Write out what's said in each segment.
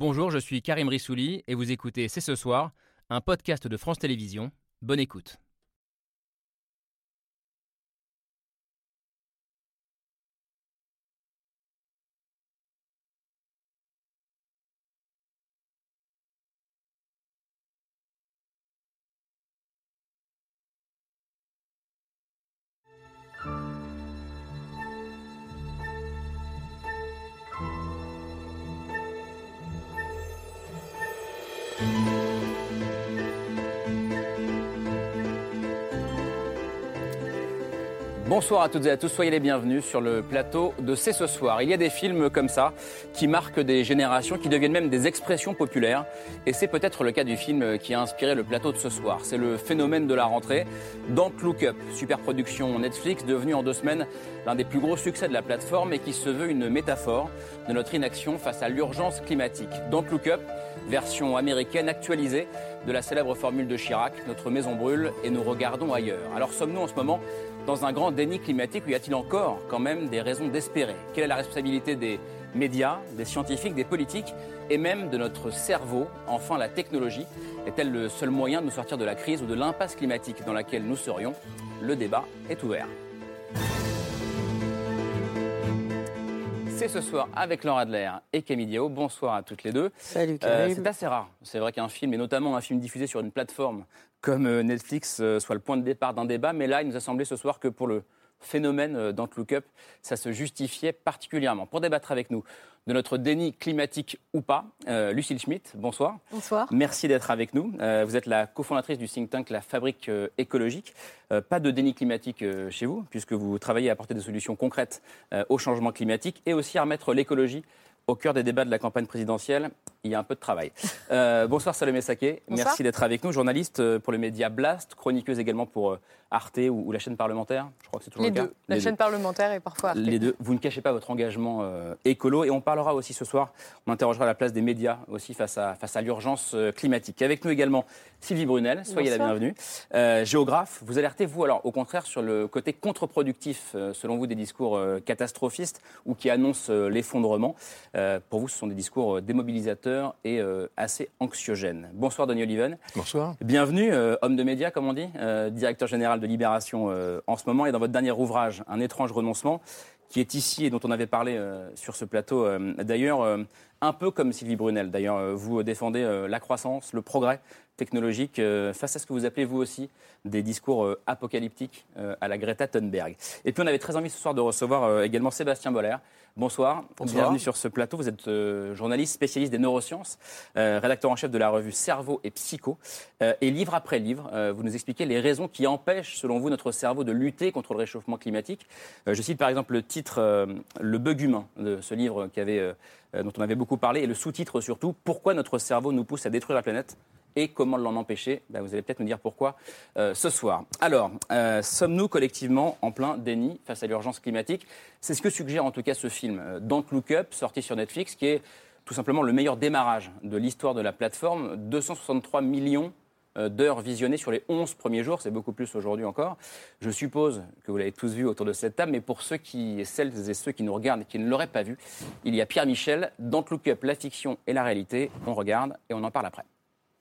Bonjour, je suis Karim Rissouli et vous écoutez C'est ce soir, un podcast de France Télévisions. Bonne écoute. Bonsoir à toutes et à tous, soyez les bienvenus sur le plateau de C'est ce soir. Il y a des films comme ça qui marquent des générations, qui deviennent même des expressions populaires. Et c'est peut-être le cas du film qui a inspiré le plateau de ce soir. C'est le phénomène de la rentrée. Don't Look Up, superproduction Netflix, devenue en 2 semaines l'un des plus gros succès de la plateforme et qui se veut une métaphore de notre inaction face à l'urgence climatique. Don't Look Up, version américaine actualisée de la célèbre formule de Chirac, notre maison brûle et nous regardons ailleurs. Alors sommes-nous en ce moment dans un grand déni climatique, où y a-t-il encore quand même des raisons d'espérer? Quelle est la responsabilité des médias, des scientifiques, des politiques et même de notre cerveau? Enfin, la technologie est-elle le seul moyen de nous sortir de la crise ou de l'impasse climatique dans laquelle nous serions? Le débat est ouvert. C'est ce soir avec Laura Adler et Camille Diao. Bonsoir à toutes les deux. Salut Karim. C'est assez rare. C'est vrai qu'un film, et notamment un film diffusé sur une plateforme comme Netflix, soit le point de départ d'un débat. Mais là, il nous a semblé ce soir que pour le phénomène Don't Look Up, ça se justifiait particulièrement. Pour débattre avec nous de notre déni climatique ou pas, Lucille Schmitt, bonsoir. Bonsoir. Merci d'être avec nous. Vous êtes la cofondatrice du think tank La Fabrique écologique. Pas de déni climatique chez vous, puisque vous travaillez à apporter des solutions concrètes au changement climatique et aussi à remettre l'écologie au cœur des débats de la campagne présidentielle. Il y a un peu de travail. Bonsoir Salomé Saké, merci d'être avec nous. Journaliste pour le média Blast, chroniqueuse également pour Arte ou la chaîne parlementaire. Je crois que c'est toujours le cas. La chaîne parlementaire et parfois Arte. Les deux. Vous ne cachez pas votre engagement écolo et on parlera aussi ce soir, on interrogera la place des médias aussi face à l'urgence climatique. Avec nous également Sylvie Brunel, soyez la bienvenue. Géographe, vous alertez vous alors au contraire sur le côté contre-productif selon vous des discours catastrophistes ou qui annoncent l'effondrement. Pour vous ce sont des discours démobilisateurs et assez anxiogènes. Bonsoir Denis Oliven. Bonsoir. Bienvenue, homme de médias comme on dit, directeur général de Libération en ce moment et dans votre dernier ouvrage, Un étrange renoncement, qui est ici et dont on avait parlé sur ce plateau d'ailleurs, un peu comme Sylvie Brunel. D'ailleurs, vous défendez la croissance, le progrès technologique face à ce que vous appelez vous aussi des discours apocalyptiques à la Greta Thunberg. Et puis on avait très envie ce soir de recevoir également Sébastien Boller. Bonsoir. Bienvenue sur ce plateau. Vous êtes journaliste spécialiste des neurosciences, rédacteur en chef de la revue Cerveau et Psycho. Et livre après livre, vous nous expliquez les raisons qui empêchent, selon vous, notre cerveau de lutter contre le réchauffement climatique. Je cite par exemple le titre Le bug humain de ce livre dont on avait beaucoup parlé et le sous-titre surtout, Pourquoi notre cerveau nous pousse à détruire la planète et comment l'en empêcher? Vous allez peut-être nous dire pourquoi ce soir. Alors, sommes-nous collectivement en plein déni face à l'urgence climatique? C'est ce que suggère en tout cas ce film Don't Look Up, sorti sur Netflix, qui est tout simplement le meilleur démarrage de l'histoire de la plateforme. 263 millions d'heures visionnées sur les 11 premiers jours, c'est beaucoup plus aujourd'hui encore. Je suppose que vous l'avez tous vu autour de cette table, mais pour celles et ceux qui nous regardent et qui ne l'auraient pas vu, il y a Pierre Michel, Don't Look Up, la fiction et la réalité. On regarde et on en parle après.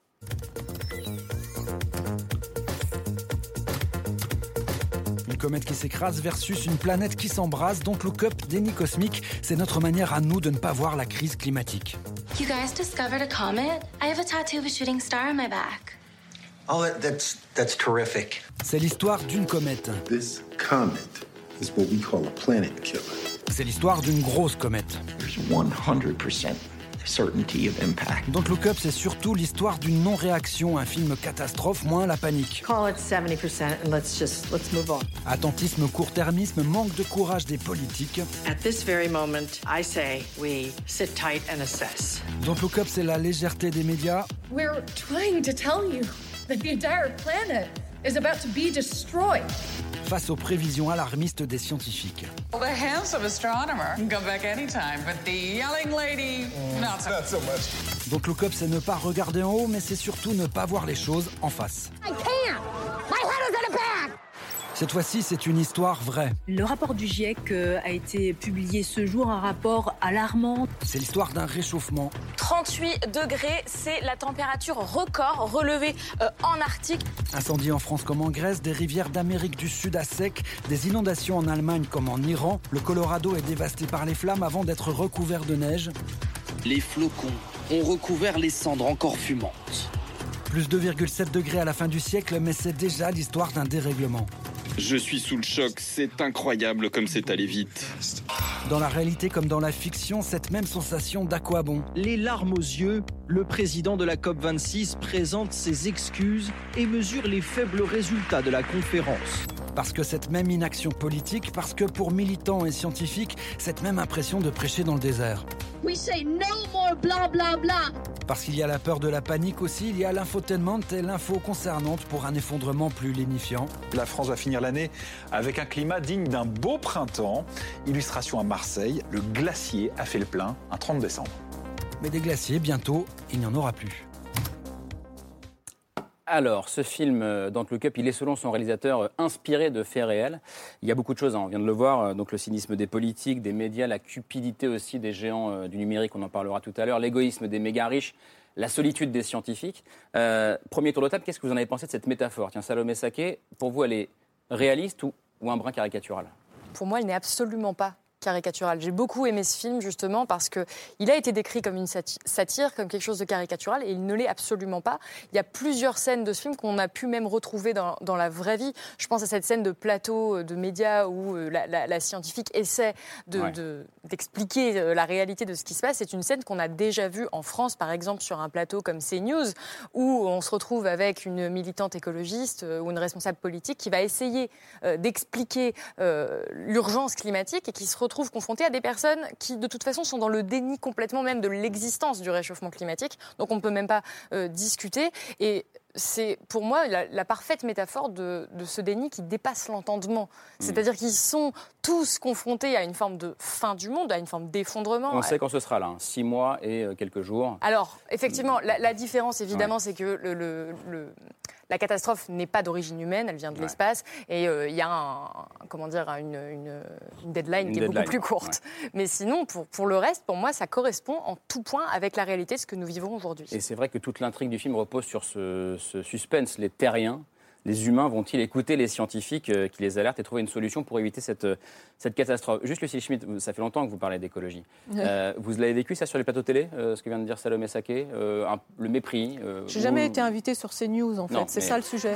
Une comète qui s'écrase versus une planète qui s'embrase. Don't Look Up, déni cosmique, c'est notre manière à nous de ne pas voir la crise climatique. You guys discovered a comet? I have a tattoo of a shooting star on my back. Oh, that's terrific. C'est l'histoire d'une comète. This comet is what we call a planet killer. C'est l'histoire d'une grosse comète. There's 100% certainty of impact. Don't Look Up, c'est surtout l'histoire d'une non-réaction, un film catastrophe, moins la panique. Call it 70% and let's move on. Attentisme, court-termisme, manque de courage des politiques. At this very moment, I say we sit tight and assess. Don't Look Up, c'est la légèreté des médias. We're trying to tell you that the entire planet is about to be destroyed. Face aux prévisions alarmistes des scientifiques. The handsome astronomer can come back anytime, but the yelling lady, not so much. Don't Look Up, c'est ne pas regarder en haut, mais c'est surtout ne pas voir les choses en face. I can't! My head is in a bag! Cette fois-ci, c'est une histoire vraie. Le rapport du GIEC a été publié ce jour, un rapport alarmant. C'est l'histoire d'un réchauffement Trop 38 degrés, c'est la température record relevée en Arctique. Incendie en France comme en Grèce, des rivières d'Amérique du Sud à sec, des inondations en Allemagne comme en Iran. Le Colorado est dévasté par les flammes avant d'être recouvert de neige. Les flocons ont recouvert les cendres encore fumantes. Plus 2,7 degrés à la fin du siècle, mais c'est déjà l'histoire d'un dérèglement. Je suis sous le choc, c'est incroyable comme c'est allé vite. Dans la réalité comme dans la fiction, cette même sensation d'à quoi bon. Les larmes aux yeux, le président de la COP26 présente ses excuses et mesure les faibles résultats de la conférence. Parce que cette même inaction politique, parce que pour militants et scientifiques, cette même impression de prêcher dans le désert. We say no more blah blah blah. Parce qu'il y a la peur de la panique aussi, il y a l'infotainment et l'info concernante pour un effondrement plus lénifiant. La France va finir l'année avec un climat digne d'un beau printemps. Illustration à Marseille, le glacier a fait le plein un 30 décembre. Mais des glaciers, bientôt, il n'y en aura plus. Alors, ce film, Don't Look Up, il est selon son réalisateur inspiré de faits réels. Il y a beaucoup de choses, on vient de le voir, donc le cynisme des politiques, des médias, la cupidité aussi des géants du numérique, on en parlera tout à l'heure, l'égoïsme des méga riches, la solitude des scientifiques. Premier tour de table, qu'est-ce que vous en avez pensé de cette métaphore ? Tiens, Salomé Saké, pour vous, elle est réaliste ou un brin caricatural ? Pour moi, elle n'est absolument pas caricatural. J'ai beaucoup aimé ce film justement parce qu'il a été décrit comme une satire, comme quelque chose de caricatural et il ne l'est absolument pas. Il y a plusieurs scènes de ce film qu'on a pu même retrouver dans la vraie vie. Je pense à cette scène de plateau de médias où la scientifique essaie d'expliquer la réalité de ce qui se passe. C'est une scène qu'on a déjà vue en France, par exemple, sur un plateau comme CNews, où on se retrouve avec une militante écologiste ou une responsable politique qui va essayer d'expliquer l'urgence climatique et qui se retrouve confrontés à des personnes qui, de toute façon, sont dans le déni complètement même de l'existence du réchauffement climatique. Donc, on ne peut même pas discuter. Et c'est, pour moi, la parfaite métaphore de ce déni qui dépasse l'entendement. C'est-à-dire qu'ils sont tous confrontés à une forme de fin du monde, à une forme d'effondrement. On sait quand ce sera là, 6 mois et quelques jours. Alors, effectivement, la différence, évidemment, c'est que la catastrophe n'est pas d'origine humaine, elle vient de l'espace, et il y a une deadline qui est beaucoup plus courte. Ouais. Mais sinon, pour le reste, pour moi, ça correspond en tout point avec la réalité de ce que nous vivons aujourd'hui. Et c'est vrai que toute l'intrigue du film repose sur ce suspense. Les terriens, les humains vont-ils écouter les scientifiques qui les alertent et trouver une solution pour éviter cette catastrophe ? Juste, Lucille Schmitt, ça fait longtemps que vous parlez d'écologie. Vous l'avez vécu, ça, sur les plateaux télé, ce que vient de dire Salomé Saké, le mépris Je n'ai jamais été invitée sur CNews, en fait. Non, c'est ça le sujet.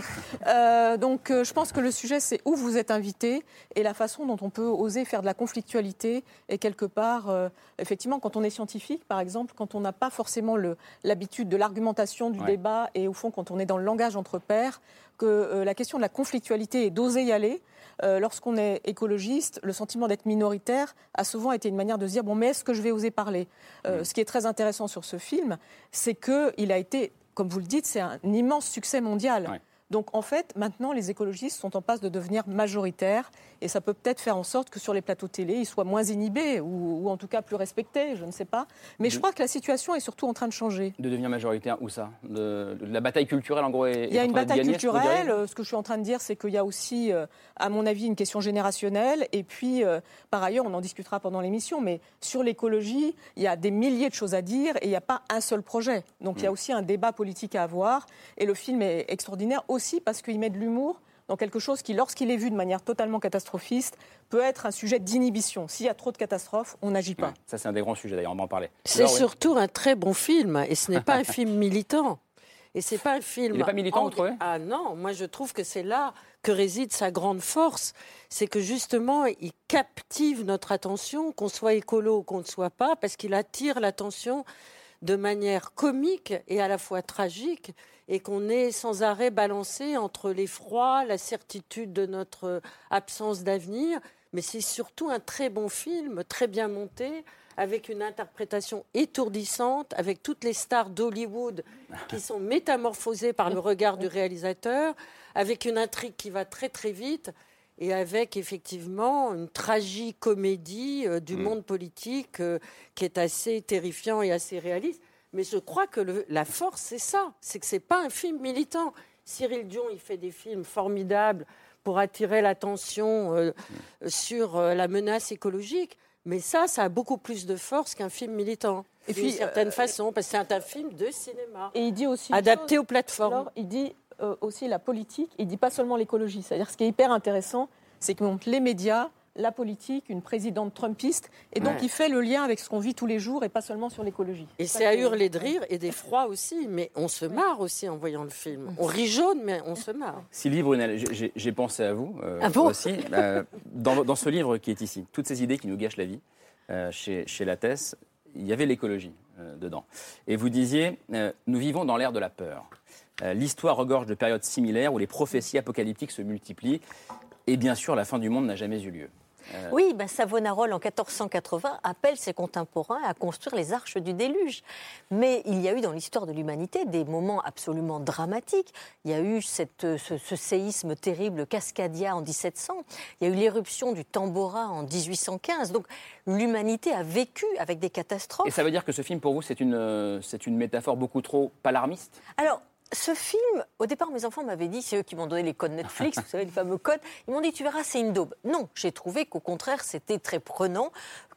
Donc, je pense que le sujet, c'est où vous êtes invité et la façon dont on peut oser faire de la conflictualité. Et quelque part, effectivement, quand on est scientifique, par exemple, quand on n'a pas forcément l'habitude de l'argumentation, du débat, et au fond, quand on est dans le langage entre pairs, que la question de la conflictualité et d'oser y aller, lorsqu'on est écologiste, le sentiment d'être minoritaire a souvent été une manière de se dire « bon, mais est-ce que je vais oser parler ?» Ce qui est très intéressant sur ce film, c'est qu'il a été, comme vous le dites, c'est un immense succès mondial. Ouais. Donc, en fait, maintenant, les écologistes sont en passe de devenir majoritaires et ça peut peut-être faire en sorte que sur les plateaux télé, ils soient moins inhibés ou en tout cas plus respectés, je ne sais pas. Mais je crois que la situation est surtout en train de changer. De devenir majoritaire, où ça ? De la bataille culturelle, en gros, est Il y a une bataille culturelle. Ce que je suis en train de dire, c'est qu'il y a aussi, à mon avis, une question générationnelle. Et puis, par ailleurs, on en discutera pendant l'émission, mais sur l'écologie, il y a des milliers de choses à dire et il n'y a pas un seul projet. Donc, il y a aussi un débat politique à avoir. Et le film est extraordinaire aussi parce qu'il met de l'humour dans quelque chose qui, lorsqu'il est vu de manière totalement catastrophiste, peut être un sujet d'inhibition. S'il y a trop de catastrophes, on n'agit pas. Ouais, ça, c'est un des grands sujets, d'ailleurs, on va en parler. C'est surtout un très bon film, et ce n'est pas un film militant. Et c'est pas un film... Il n'est pas militant, vous trouvez ? Ah non, moi je trouve que c'est là que réside sa grande force. C'est que justement, il captive notre attention, qu'on soit écolo ou qu'on ne soit pas, parce qu'il attire l'attention de manière comique et à la fois tragique, et qu'on est sans arrêt balancé entre l'effroi, la certitude de notre absence d'avenir. Mais c'est surtout un très bon film, très bien monté, avec une interprétation étourdissante, avec toutes les stars d'Hollywood qui sont métamorphosées par le regard du réalisateur, avec une intrigue qui va très très vite, et avec effectivement une tragicomédie du monde politique qui est assez terrifiant et assez réaliste. Mais je crois que la force, c'est ça. C'est que ce n'est pas un film militant. Cyril Dion, il fait des films formidables pour attirer l'attention sur la menace écologique. Mais ça a beaucoup plus de force qu'un film militant. Et puis, d'une certaine façon, parce que c'est un film de cinéma. Et il dit aussi adapté aux plateformes. Alors, il dit aussi la politique, il dit pas seulement l'écologie. C'est-à-dire, ce qui est hyper intéressant, c'est qu'il montre les médias, la politique, une présidente trumpiste, et donc il fait le lien avec ce qu'on vit tous les jours et pas seulement sur l'écologie. Et c'est à hurler de rire et d'effroi aussi, mais on se marre aussi en voyant le film. On rit jaune, mais on se marre. Sylvie Brunel, j'ai pensé à vous aussi. Dans ce livre qui est ici, toutes ces idées qui nous gâchent la vie, chez Lattès, il y avait l'écologie dedans. Et vous disiez, nous vivons dans l'ère de la peur. L'histoire regorge de périodes similaires où les prophéties apocalyptiques se multiplient. Et bien sûr, la fin du monde n'a jamais eu lieu. Oui, Savonarole, en 1480, appelle ses contemporains à construire les arches du déluge. Mais il y a eu dans l'histoire de l'humanité des moments absolument dramatiques. Il y a eu ce séisme terrible Cascadia en 1700. Il y a eu l'éruption du Tambora en 1815. Donc l'humanité a vécu avec des catastrophes. Et ça veut dire que ce film, pour vous, c'est une métaphore beaucoup trop alarmiste ? Alors, ce film, au départ, mes enfants m'avaient dit, c'est eux qui m'ont donné les codes Netflix, vous savez, les fameux codes, ils m'ont dit, tu verras, c'est une daube. Non, j'ai trouvé qu'au contraire, c'était très prenant,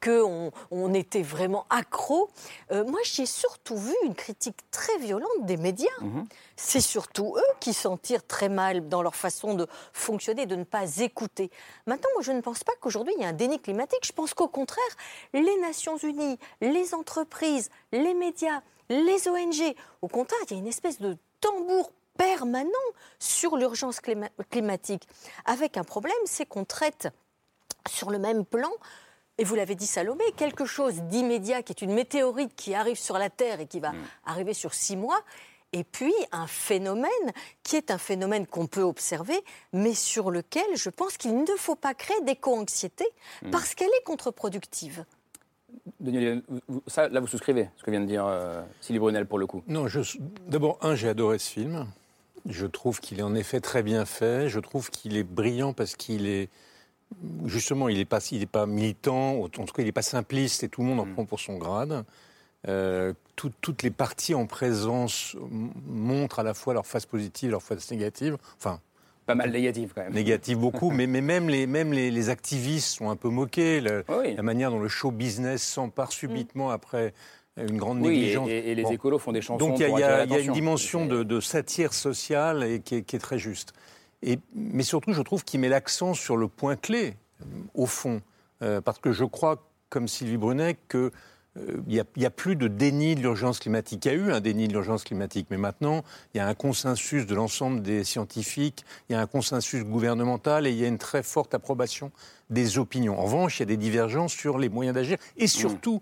qu'on était vraiment accro. Moi, j'ai surtout vu une critique très violente des médias. C'est surtout eux qui s'en tirent très mal dans leur façon de fonctionner, de ne pas écouter. Maintenant, moi, je ne pense pas qu'aujourd'hui, il y a un déni climatique. Je pense qu'au contraire, les Nations Unies, les entreprises, les médias, les ONG, au contraire, il y a une espèce de tambour permanent sur l'urgence climatique. Avec un problème, c'est qu'on traite sur le même plan, et vous l'avez dit Salomé, quelque chose d'immédiat qui est une météorite qui arrive sur la Terre et qui va arriver sur 6 mois, et puis un phénomène qui est un phénomène qu'on peut observer, mais sur lequel je pense qu'il ne faut pas créer d'éco-anxiété parce qu'elle est contre-productive. Denis, là, vous souscrivez ce que vient de dire Sylvie Brunel, pour le coup. Non, d'abord, j'ai adoré ce film. Je trouve qu'il est en effet très bien fait. Je trouve qu'il est brillant parce qu'il est... Justement, il n'est pas militant, en tout cas, il n'est pas simpliste et tout le monde en prend pour son grade. Toutes les parties en présence montrent à la fois leur face positive, leur face négative. Enfin... Pas mal négative quand même. Négative beaucoup, mais même les activistes sont un peu moqués. La manière dont le show business s'empare subitement après une grande négligence. Et les écolos font des chansons. Donc il y a une dimension de satire sociale et qui est très juste. Mais surtout, je trouve qu'il met l'accent sur le point clé, au fond. Parce que je crois, comme Sylvie Brunet, que il n'y a plus de déni de l'urgence climatique. Il y a eu un déni de l'urgence climatique, mais maintenant, il y a un consensus de l'ensemble des scientifiques, il y a un consensus gouvernemental et il y a une très forte approbation des opinions. En revanche, il y a des divergences sur les moyens d'agir. Et surtout,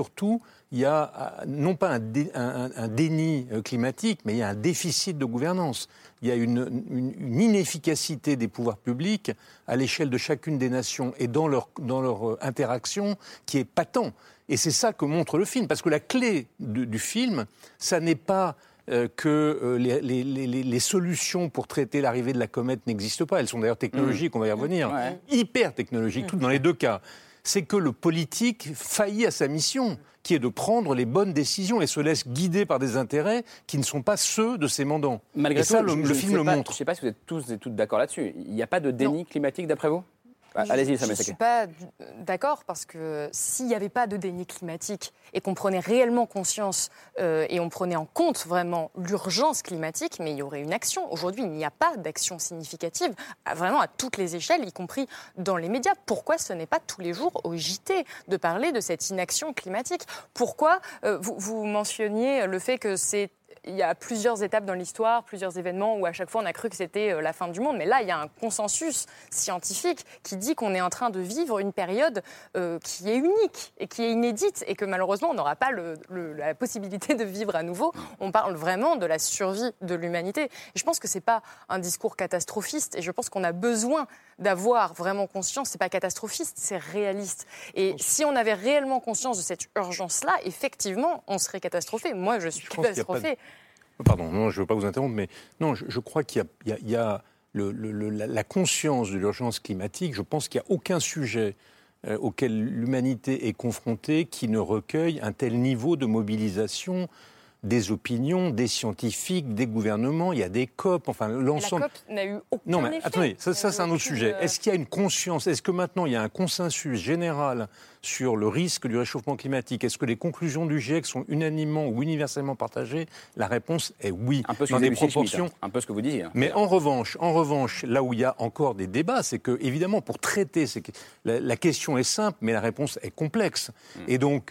il y a non pas un déni climatique, mais il y a un déficit de gouvernance. Il y a une inefficacité des pouvoirs publics à l'échelle de chacune des nations et dans leur interaction qui est patent. Et c'est ça que montre le film. Parce que la clé du film, ça n'est pas que les solutions pour traiter l'arrivée de la comète n'existent pas. Elles sont d'ailleurs technologiques, on va y revenir. Hyper technologiques, toutes dans les deux cas. C'est que le politique faillit à sa mission, qui est de prendre les bonnes décisions et se laisse guider par des intérêts qui ne sont pas ceux de ses mandants. Malgré et ça, le film le montre. Je ne sais pas si vous êtes tous et toutes d'accord là-dessus. Il n'y a pas de déni climatique d'après vous ? Allez-y, je ne suis pas d'accord parce que s'il n'y avait pas de déni climatique et qu'on prenait réellement conscience et on prenait en compte vraiment l'urgence climatique, mais il y aurait une action. Aujourd'hui, il n'y a pas d'action significative, vraiment à toutes les échelles, y compris dans les médias. Pourquoi ce n'est pas tous les jours au JT de parler de cette inaction climatique ? Pourquoi vous mentionniez le fait que il y a plusieurs étapes dans l'histoire, plusieurs événements où à chaque fois on a cru que c'était la fin du monde. Mais là, il y a un consensus scientifique qui dit qu'on est en train de vivre une période qui est unique et qui est inédite et que malheureusement on n'aura pas la possibilité de vivre à nouveau. On parle vraiment de la survie de l'humanité. Et je pense que ce n'est pas un discours catastrophiste et je pense qu'on a besoin d'avoir vraiment conscience. Ce n'est pas catastrophiste, c'est réaliste. Et si on avait réellement conscience de cette urgence-là, effectivement, on serait catastrophé. Moi, je suis catastrophée. Pardon, non, je ne veux pas vous interrompre, mais non, je crois qu'il y a la conscience de l'urgence climatique. Je pense qu'il n'y a aucun sujet auquel l'humanité est confrontée qui ne recueille un tel niveau de mobilisation des opinions, des scientifiques, des gouvernements, il y a des COP, enfin l'ensemble... La COP n'a eu aucun Non, mais effet. attendez, ça c'est un autre sujet. Est-ce qu'il y a une conscience, est-ce que maintenant il y a un consensus général sur le risque du réchauffement climatique? Est-ce que les conclusions du GIEC sont unanimement ou universellement partagées? La réponse est oui. Un peu ce dans que des vous disiez, proportions. Schmitt, un peu ce que vous disiez. Mais en revanche, là où il y a encore des débats, c'est que, évidemment, pour traiter, la question est simple, mais la réponse est complexe. Et donc,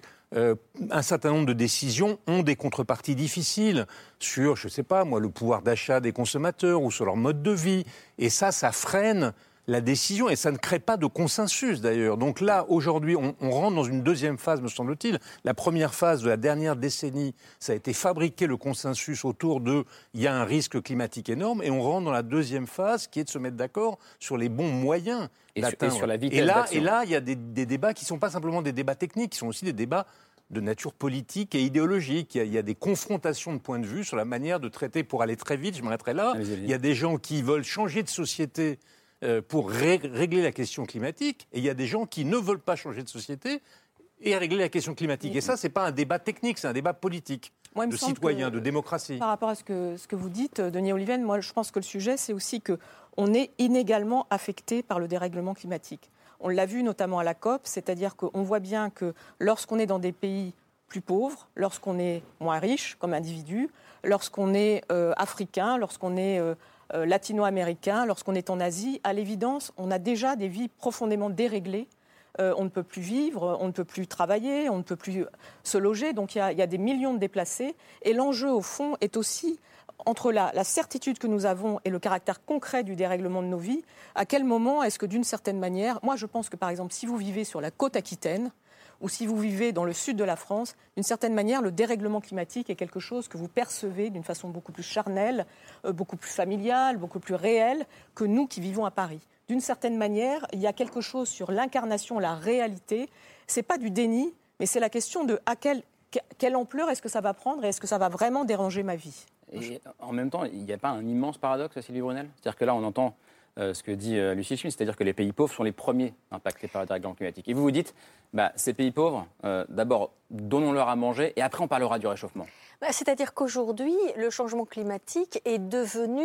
un certain nombre de décisions ont des contreparties difficiles sur, je ne sais pas moi, le pouvoir d'achat des consommateurs ou sur leur mode de vie. Et ça freine la décision et ça ne crée pas de consensus d'ailleurs. Donc là, aujourd'hui, on rentre dans une deuxième phase, me semble-t-il. La première phase de la dernière décennie, ça a été fabriquer le consensus autour de « il y a un risque climatique énorme » et on rentre dans la deuxième phase qui est de se mettre d'accord sur les bons moyens d'atteindre. Et sur la vitesse d'action. Et là, il y a des débats qui ne sont pas simplement des débats techniques, qui sont aussi des débats de nature politique et idéologique. Il y a des confrontations de points de vue sur la manière de traiter, pour aller très vite, je m'arrêterai là. Il y a des gens qui veulent changer de société pour régler la question climatique, et il y a des gens qui ne veulent pas changer de société et régler la question climatique. Et ça, ce n'est pas un débat technique, c'est un débat politique, de citoyens, de démocratie. Par rapport à ce que vous dites, Denis Oliven, moi je pense que le sujet, c'est aussi qu'on est inégalement affecté par le dérèglement climatique. On l'a vu notamment à la COP, c'est-à-dire qu'on voit bien que lorsqu'on est dans des pays plus pauvres, lorsqu'on est moins riche comme individu, lorsqu'on est africain, lorsqu'on est latino-américain, lorsqu'on est en Asie, à l'évidence, on a déjà des vies profondément déréglées. On ne peut plus vivre, on ne peut plus travailler, on ne peut plus se loger. Donc il y a des millions de déplacés. Et l'enjeu, au fond, est aussi entre la certitude que nous avons et le caractère concret du dérèglement de nos vies. À quel moment est-ce que, d'une certaine manière, moi je pense que, par exemple, si vous vivez sur la côte aquitaine, ou si vous vivez dans le sud de la France, d'une certaine manière, le dérèglement climatique est quelque chose que vous percevez d'une façon beaucoup plus charnelle, beaucoup plus familiale, beaucoup plus réelle que nous qui vivons à Paris. D'une certaine manière, il y a quelque chose sur l'incarnation, la réalité. Ce n'est pas du déni, mais c'est la question de quelle ampleur est-ce que ça va prendre et est-ce que ça va vraiment déranger ma vie. Et en même temps, il n'y a pas un immense paradoxe, Sylvie Brunel? C'est-à-dire que là, on entend ce que dit Lucie Schmitt, c'est-à-dire que les pays pauvres sont les premiers impactés par le dérèglement climatique. Et vous vous dites, ces pays pauvres, d'abord, donnons-leur à manger et après on parlera du réchauffement. C'est-à-dire qu'aujourd'hui, le changement climatique est devenu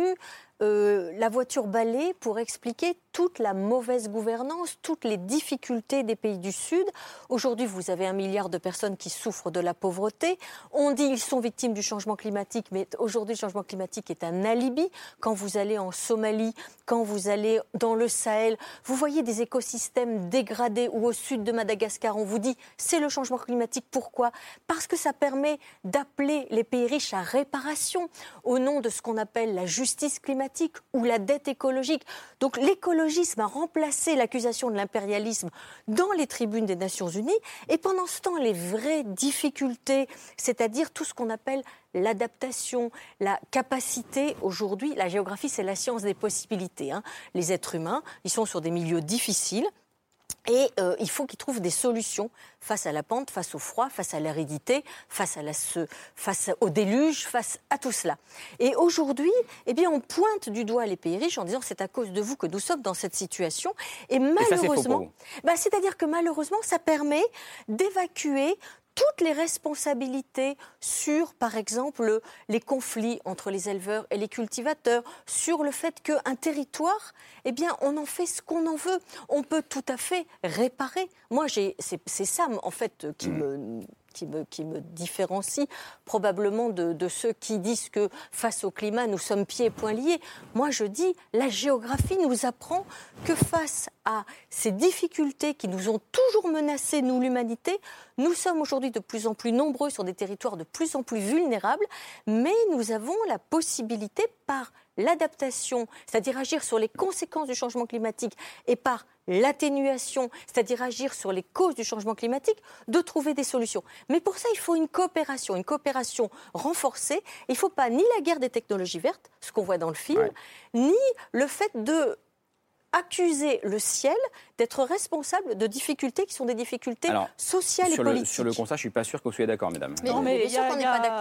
la voiture balai pour expliquer toute la mauvaise gouvernance, toutes les difficultés des pays du Sud. Aujourd'hui, vous avez 1 milliard de personnes qui souffrent de la pauvreté. On dit qu'ils sont victimes du changement climatique, mais aujourd'hui, le changement climatique est un alibi. Quand vous allez en Somalie, quand vous allez dans le Sahel, vous voyez des écosystèmes dégradés, ou au sud de Madagascar, on vous dit c'est le changement climatique. Pourquoi? Parce que ça permet d'appeler les pays riches à réparation au nom de ce qu'on appelle la justice climatique ou la dette écologique. Donc l'écologisme a remplacé l'accusation de l'impérialisme dans les tribunes des Nations Unies, et pendant ce temps, les vraies difficultés, c'est-à-dire tout ce qu'on appelle l'adaptation, la capacité, aujourd'hui, la géographie, c'est la science des possibilités. Les êtres humains, ils sont sur des milieux difficiles. Et il faut qu'ils trouvent des solutions face à la pente, face au froid, face à l'aridité, face au déluge, face à tout cela. Et aujourd'hui, on pointe du doigt les pays riches en disant c'est à cause de vous que nous sommes dans cette situation. Et malheureusement, c'est-à-dire que malheureusement, ça permet d'évacuer toutes les responsabilités sur, par exemple, les conflits entre les éleveurs et les cultivateurs, sur le fait qu'un territoire, on en fait ce qu'on en veut. On peut tout à fait réparer. Moi, c'est ça, en fait, qui me différencie probablement de ceux qui disent que face au climat, nous sommes pieds et poings liés. Moi, je dis, la géographie nous apprend que face à ces difficultés qui nous ont toujours menacés, nous, l'humanité, nous sommes aujourd'hui de plus en plus nombreux sur des territoires de plus en plus vulnérables, mais nous avons la possibilité, par l'adaptation, c'est-à-dire agir sur les conséquences du changement climatique, et par l'atténuation, c'est-à-dire agir sur les causes du changement climatique, de trouver des solutions. Mais pour ça, il faut une coopération renforcée. Il ne faut pas ni la guerre des technologies vertes, ce qu'on voit dans le film, ni le fait de accuser le ciel d'être responsable de difficultés qui sont des difficultés sociales et politiques. Sur le constat, je ne suis pas sûr que vous soyez d'accord, mesdames. Mais il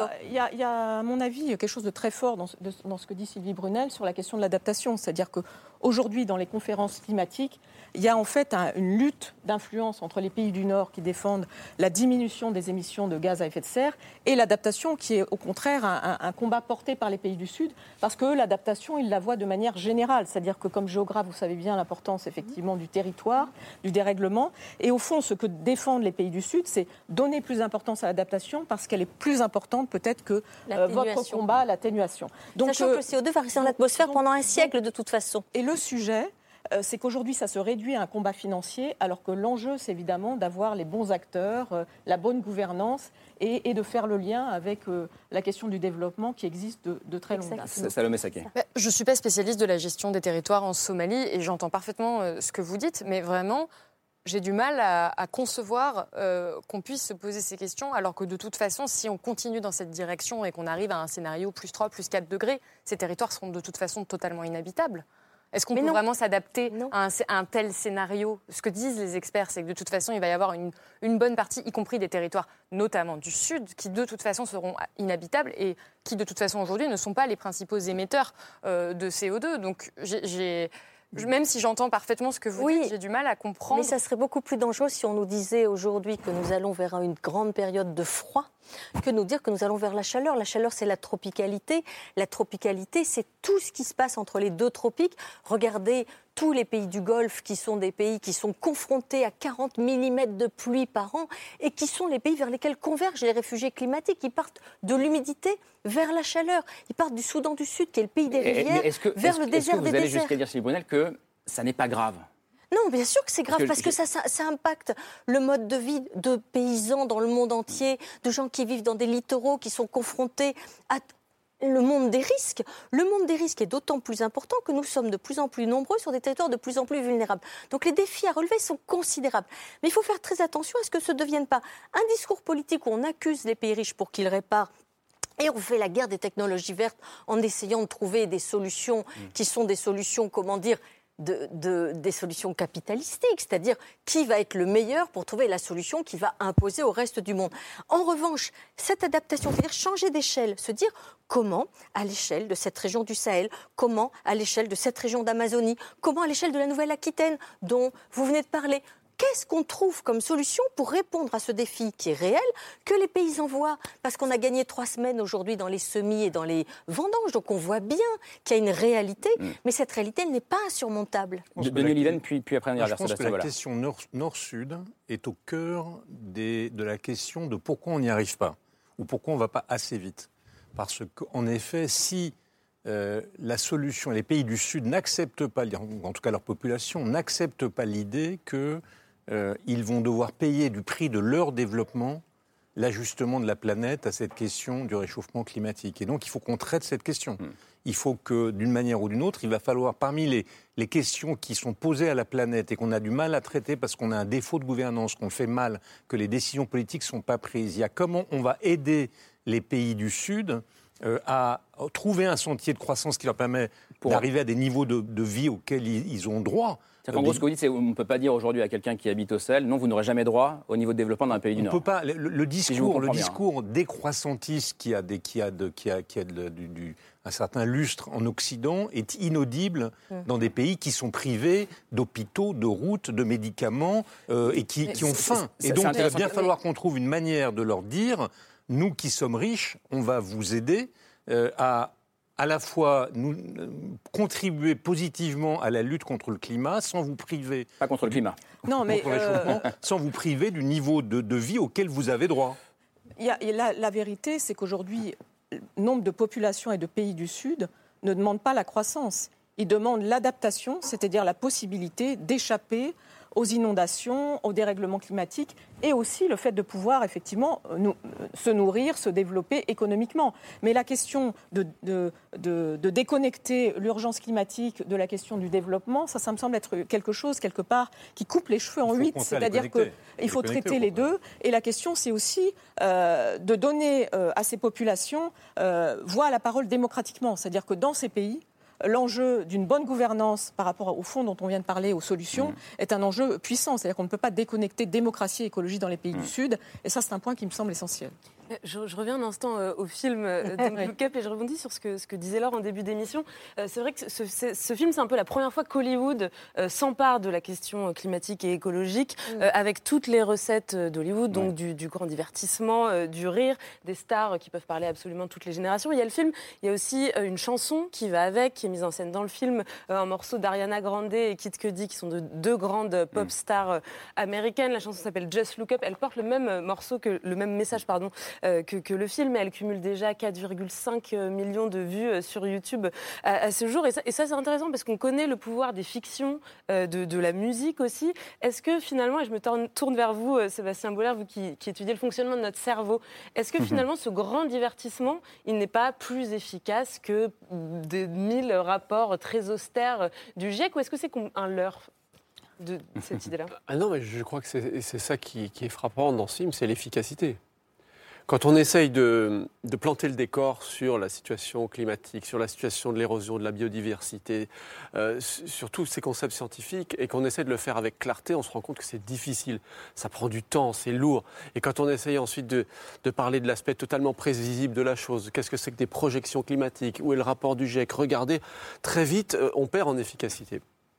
y a, à mon avis, quelque chose de très fort dans ce que dit Sylvie Brunel sur la question de l'adaptation. C'est-à-dire qu'on aujourd'hui, dans les conférences climatiques, il y a en fait une lutte d'influence entre les pays du Nord qui défendent la diminution des émissions de gaz à effet de serre et l'adaptation qui est au contraire un combat porté par les pays du Sud, parce que l'adaptation, ils la voient de manière générale. C'est-à-dire que comme géographe, vous savez bien l'importance effectivement du territoire, du dérèglement. Et au fond, ce que défendent les pays du Sud, c'est donner plus d'importance à l'adaptation parce qu'elle est plus importante peut-être que votre combat à l'atténuation. Donc, sachant que le CO2 va rester dans l'atmosphère pendant un siècle de toute façon. Et le sujet, c'est qu'aujourd'hui, ça se réduit à un combat financier, alors que l'enjeu, c'est évidemment d'avoir les bons acteurs, la bonne gouvernance et de faire le lien avec la question du développement qui existe de très longue date. Salomé Saké. Je ne suis pas spécialiste de la gestion des territoires en Somalie et j'entends parfaitement ce que vous dites, mais vraiment, j'ai du mal à concevoir qu'on puisse se poser ces questions, alors que de toute façon, si on continue dans cette direction et qu'on arrive à un scénario plus 3, plus 4 degrés, ces territoires seront de toute façon totalement inhabitables. Est-ce qu'on peut vraiment s'adapter à un tel scénario ? Ce que disent les experts, c'est que de toute façon, il va y avoir une bonne partie, y compris des territoires, notamment du Sud, qui de toute façon seront inhabitables et qui de toute façon aujourd'hui ne sont pas les principaux émetteurs de CO2. Donc même si j'entends parfaitement ce que vous dites, j'ai du mal à comprendre. Mais ça serait beaucoup plus dangereux si on nous disait aujourd'hui que nous allons vers une grande période de froid que nous dire que nous allons vers la chaleur. La chaleur, c'est la tropicalité. La tropicalité, c'est tout ce qui se passe entre les deux tropiques. Regardez tous les pays du Golfe qui sont des pays qui sont confrontés à 40 mm de pluie par an et qui sont les pays vers lesquels convergent les réfugiés climatiques. Ils partent de l'humidité vers la chaleur. Ils partent du Soudan du Sud, qui est le pays des rivières, vers le désert des déserts. Vous allez jusqu'à dire, Sylvie Brunel, que ça n'est pas grave ? Non, bien sûr que c'est grave, parce que ça impacte le mode de vie de paysans dans le monde entier, de gens qui vivent dans des littoraux, qui sont confrontés à le monde des risques. Le monde des risques est d'autant plus important que nous sommes de plus en plus nombreux sur des territoires de plus en plus vulnérables. Donc les défis à relever sont considérables. Mais il faut faire très attention à ce que ce ne devienne pas un discours politique où on accuse les pays riches pour qu'ils réparent. Et on fait la guerre des technologies vertes en essayant de trouver des solutions qui sont des solutions, comment dire, des solutions capitalistiques, c'est-à-dire qui va être le meilleur pour trouver la solution qui va imposer au reste du monde. En revanche, cette adaptation, c'est-à-dire changer d'échelle, se dire comment, à l'échelle de cette région du Sahel, comment, à l'échelle de cette région d'Amazonie, comment, à l'échelle de la Nouvelle-Aquitaine, dont vous venez de parler, qu'est-ce qu'on trouve comme solution pour répondre à ce défi qui est réel, que les paysans voient ? Parce qu'on a gagné 3 semaines aujourd'hui dans les semis et dans les vendanges, donc on voit bien qu'il y a une réalité, mais cette réalité, elle n'est pas insurmontable. Denis Oliven, puis après on ira vers Sébastien. Je pense que la question nord-sud est au cœur de la question de pourquoi on n'y arrive pas, ou pourquoi on ne va pas assez vite. Parce qu'en effet, si la solution, les pays du Sud n'acceptent pas, en tout cas leur population, n'accepte pas l'idée que ils vont devoir payer du prix de leur développement l'ajustement de la planète à cette question du réchauffement climatique. Et donc, il faut qu'on traite cette question. Il faut que, d'une manière ou d'une autre, il va falloir, parmi les questions qui sont posées à la planète et qu'on a du mal à traiter parce qu'on a un défaut de gouvernance, qu'on fait mal, que les décisions politiques ne sont pas prises, il y a comment on va aider les pays du Sud à trouver un sentier de croissance qui leur permet d'arriver à des niveaux de vie auxquels ils ont droit. En gros, ce que vous dites, c'est qu'on ne peut pas dire aujourd'hui à quelqu'un qui habite au Sahel, non, vous n'aurez jamais droit au niveau de développement d'un pays du Nord. On peut pas. Le discours décroissantiste qui a un certain lustre en Occident est inaudible dans des pays qui sont privés d'hôpitaux, de routes, de médicaments et qui ont faim. Et donc, il va bien falloir qu'on trouve une manière de leur dire, nous qui sommes riches, on va vous aider à la fois contribuer positivement à la lutte contre le climat sans vous priver... Pas contre le climat. Non, mais contre le réchauffement, sans vous priver du niveau de vie auquel vous avez droit. La vérité, c'est qu'aujourd'hui, le nombre de populations et de pays du Sud ne demandent pas la croissance. Ils demandent l'adaptation, c'est-à-dire la possibilité d'échapper aux inondations, au dérèglement climatique et aussi le fait de pouvoir effectivement se nourrir, se développer économiquement. Mais la question de déconnecter l'urgence climatique de la question du développement, ça me semble être quelque chose, quelque part, qui coupe les cheveux en 8. C'est-à-dire qu'il faut traiter les deux. Et la question, c'est aussi de donner à ces populations voix à la parole démocratiquement. C'est-à-dire que dans ces pays, l'enjeu d'une bonne gouvernance par rapport au fond dont on vient de parler, aux solutions, est un enjeu puissant. C'est-à-dire qu'on ne peut pas déconnecter démocratie et écologie dans les pays du Sud. Et ça, c'est un point qui me semble essentiel. Je reviens un instant au film Don't Look Up et je rebondis sur ce que disait Laure en début d'émission. C'est vrai que ce film, c'est un peu la première fois qu'Hollywood s'empare de la question climatique et écologique avec toutes les recettes d'Hollywood, donc du grand divertissement, du rire, des stars qui peuvent parler à absolument toutes les générations. Il y a le film, il y a aussi une chanson qui va avec, qui est mise en scène dans le film, un morceau d'Ariana Grande et Kid Cudi qui sont deux grandes pop stars américaines. La chanson s'appelle Just Look Up. Elle porte le même message, que le film. Elle cumule déjà 4,5 millions de vues sur YouTube à ce jour. Et ça, c'est intéressant parce qu'on connaît le pouvoir des fictions, de la musique aussi. Est-ce que finalement, et je me tourne vers vous, Sébastien Bollard, vous qui étudiez le fonctionnement de notre cerveau, est-ce que finalement, ce grand divertissement, il n'est pas plus efficace que des 1000 rapports très austères du GIEC, ou est-ce que c'est un leurre de cette idée-là? Ah non, mais je crois que c'est ça qui est frappant dans ce film, c'est l'efficacité. Quand on essaye de planter le décor sur la situation climatique, sur la situation de l'érosion de la biodiversité, sur tous ces concepts scientifiques, et qu'on essaie de le faire avec clarté, on se rend compte que c'est difficile. Ça prend du temps, c'est lourd. Et quand on essaye ensuite de parler de l'aspect totalement prévisible de la chose, qu'est-ce que c'est que des projections climatiques, où est le rapport du GIEC, regardez, très vite, on perd en efficacité.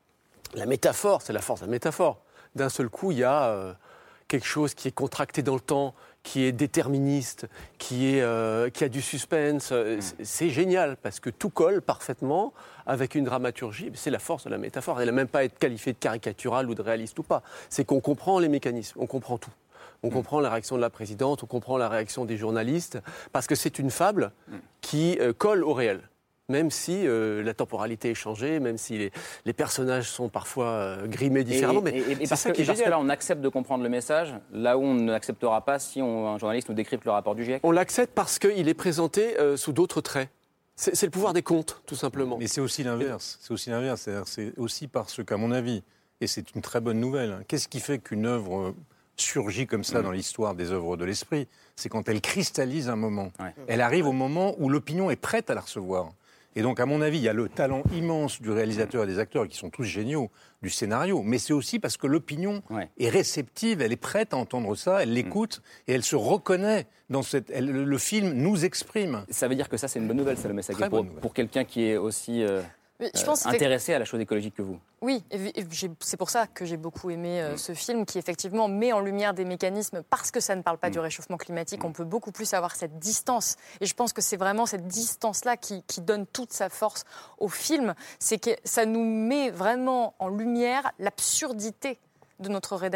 La métaphore, c'est la force de la métaphore. D'un seul coup, il y a quelque chose qui est contracté dans le temps, qui est déterministe, qui a du suspense. C'est génial, parce que tout colle parfaitement avec une dramaturgie. C'est la force de la métaphore. Elle n'a même pas à être qualifiée de caricaturale ou de réaliste ou pas. C'est qu'on comprend les mécanismes, on comprend tout. On comprend la réaction de la présidente, on comprend la réaction des journalistes, parce que c'est une fable qui colle au réel. Même si la temporalité est changée, même si les personnages sont parfois grimés différemment. Mais parce que là, on accepte de comprendre le message, là où on n'acceptera pas si un journaliste nous décrypte le rapport du GIEC. On l'accepte parce qu'il est présenté sous d'autres traits. C'est le pouvoir des contes, tout simplement. Mais c'est aussi l'inverse. C'est aussi parce qu'à mon avis, et c'est une très bonne nouvelle, qu'est-ce qui fait qu'une œuvre surgit comme ça dans l'histoire des œuvres de l'esprit? C'est quand elle cristallise un moment. Ouais. Elle arrive au moment où l'opinion est prête à la recevoir. Et donc, à mon avis, il y a le talent immense du réalisateur et des acteurs, qui sont tous géniaux, du scénario. Mais c'est aussi parce que l'opinion est réceptive, elle est prête à entendre ça, elle l'écoute et elle se reconnaît dans le film nous exprime. Ça veut dire que ça, c'est une bonne nouvelle, Salomé Saguet, pour quelqu'un qui est aussi intéressé à la chose écologique que vous. Oui, c'est pour ça que j'ai beaucoup aimé ce film, qui effectivement met en lumière des mécanismes, parce que ça ne parle pas du réchauffement climatique, on peut beaucoup plus avoir cette distance. Et je pense que c'est vraiment cette distance-là qui donne toute sa force au film. C'est que ça nous met vraiment en lumière l'absurdité de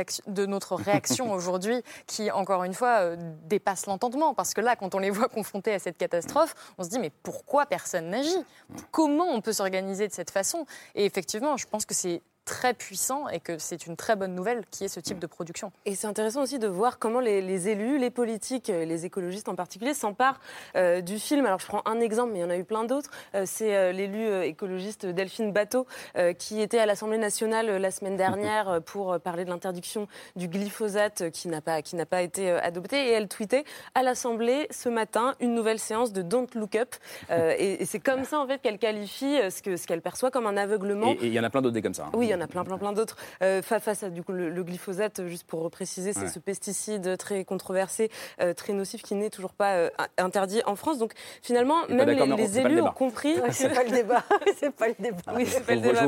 notre réaction aujourd'hui, qui, encore une fois, dépasse l'entendement. Parce que là, quand on les voit confrontés à cette catastrophe, on se dit, mais pourquoi personne n'agit? Comment on peut s'organiser de cette façon? Et effectivement, je pense que c'est très puissant et que c'est une très bonne nouvelle qu'il y ait ce type de production. Et c'est intéressant aussi de voir comment les élus, les politiques, les écologistes en particulier, s'emparent du film. Alors je prends un exemple, mais il y en a eu plein d'autres. C'est l'élu écologiste Delphine Batho qui était à l'Assemblée nationale la semaine dernière pour parler de l'interdiction du glyphosate qui n'a pas été adoptée. Et elle tweetait à l'Assemblée ce matin une nouvelle séance de Don't Look Up. Et c'est comme ça en fait qu'elle qualifie ce qu'elle perçoit comme un aveuglement. Et il y en a plein d'autres des comme ça. Oui, il y en a plein d'autres. Face à du coup, le glyphosate, juste pour préciser, c'est ce pesticide très controversé, très nocif, qui n'est toujours pas interdit en France. Donc finalement, même les élus ont compris... C'est pas le débat. C'est pas le débat. Oui, c'est pas le débat.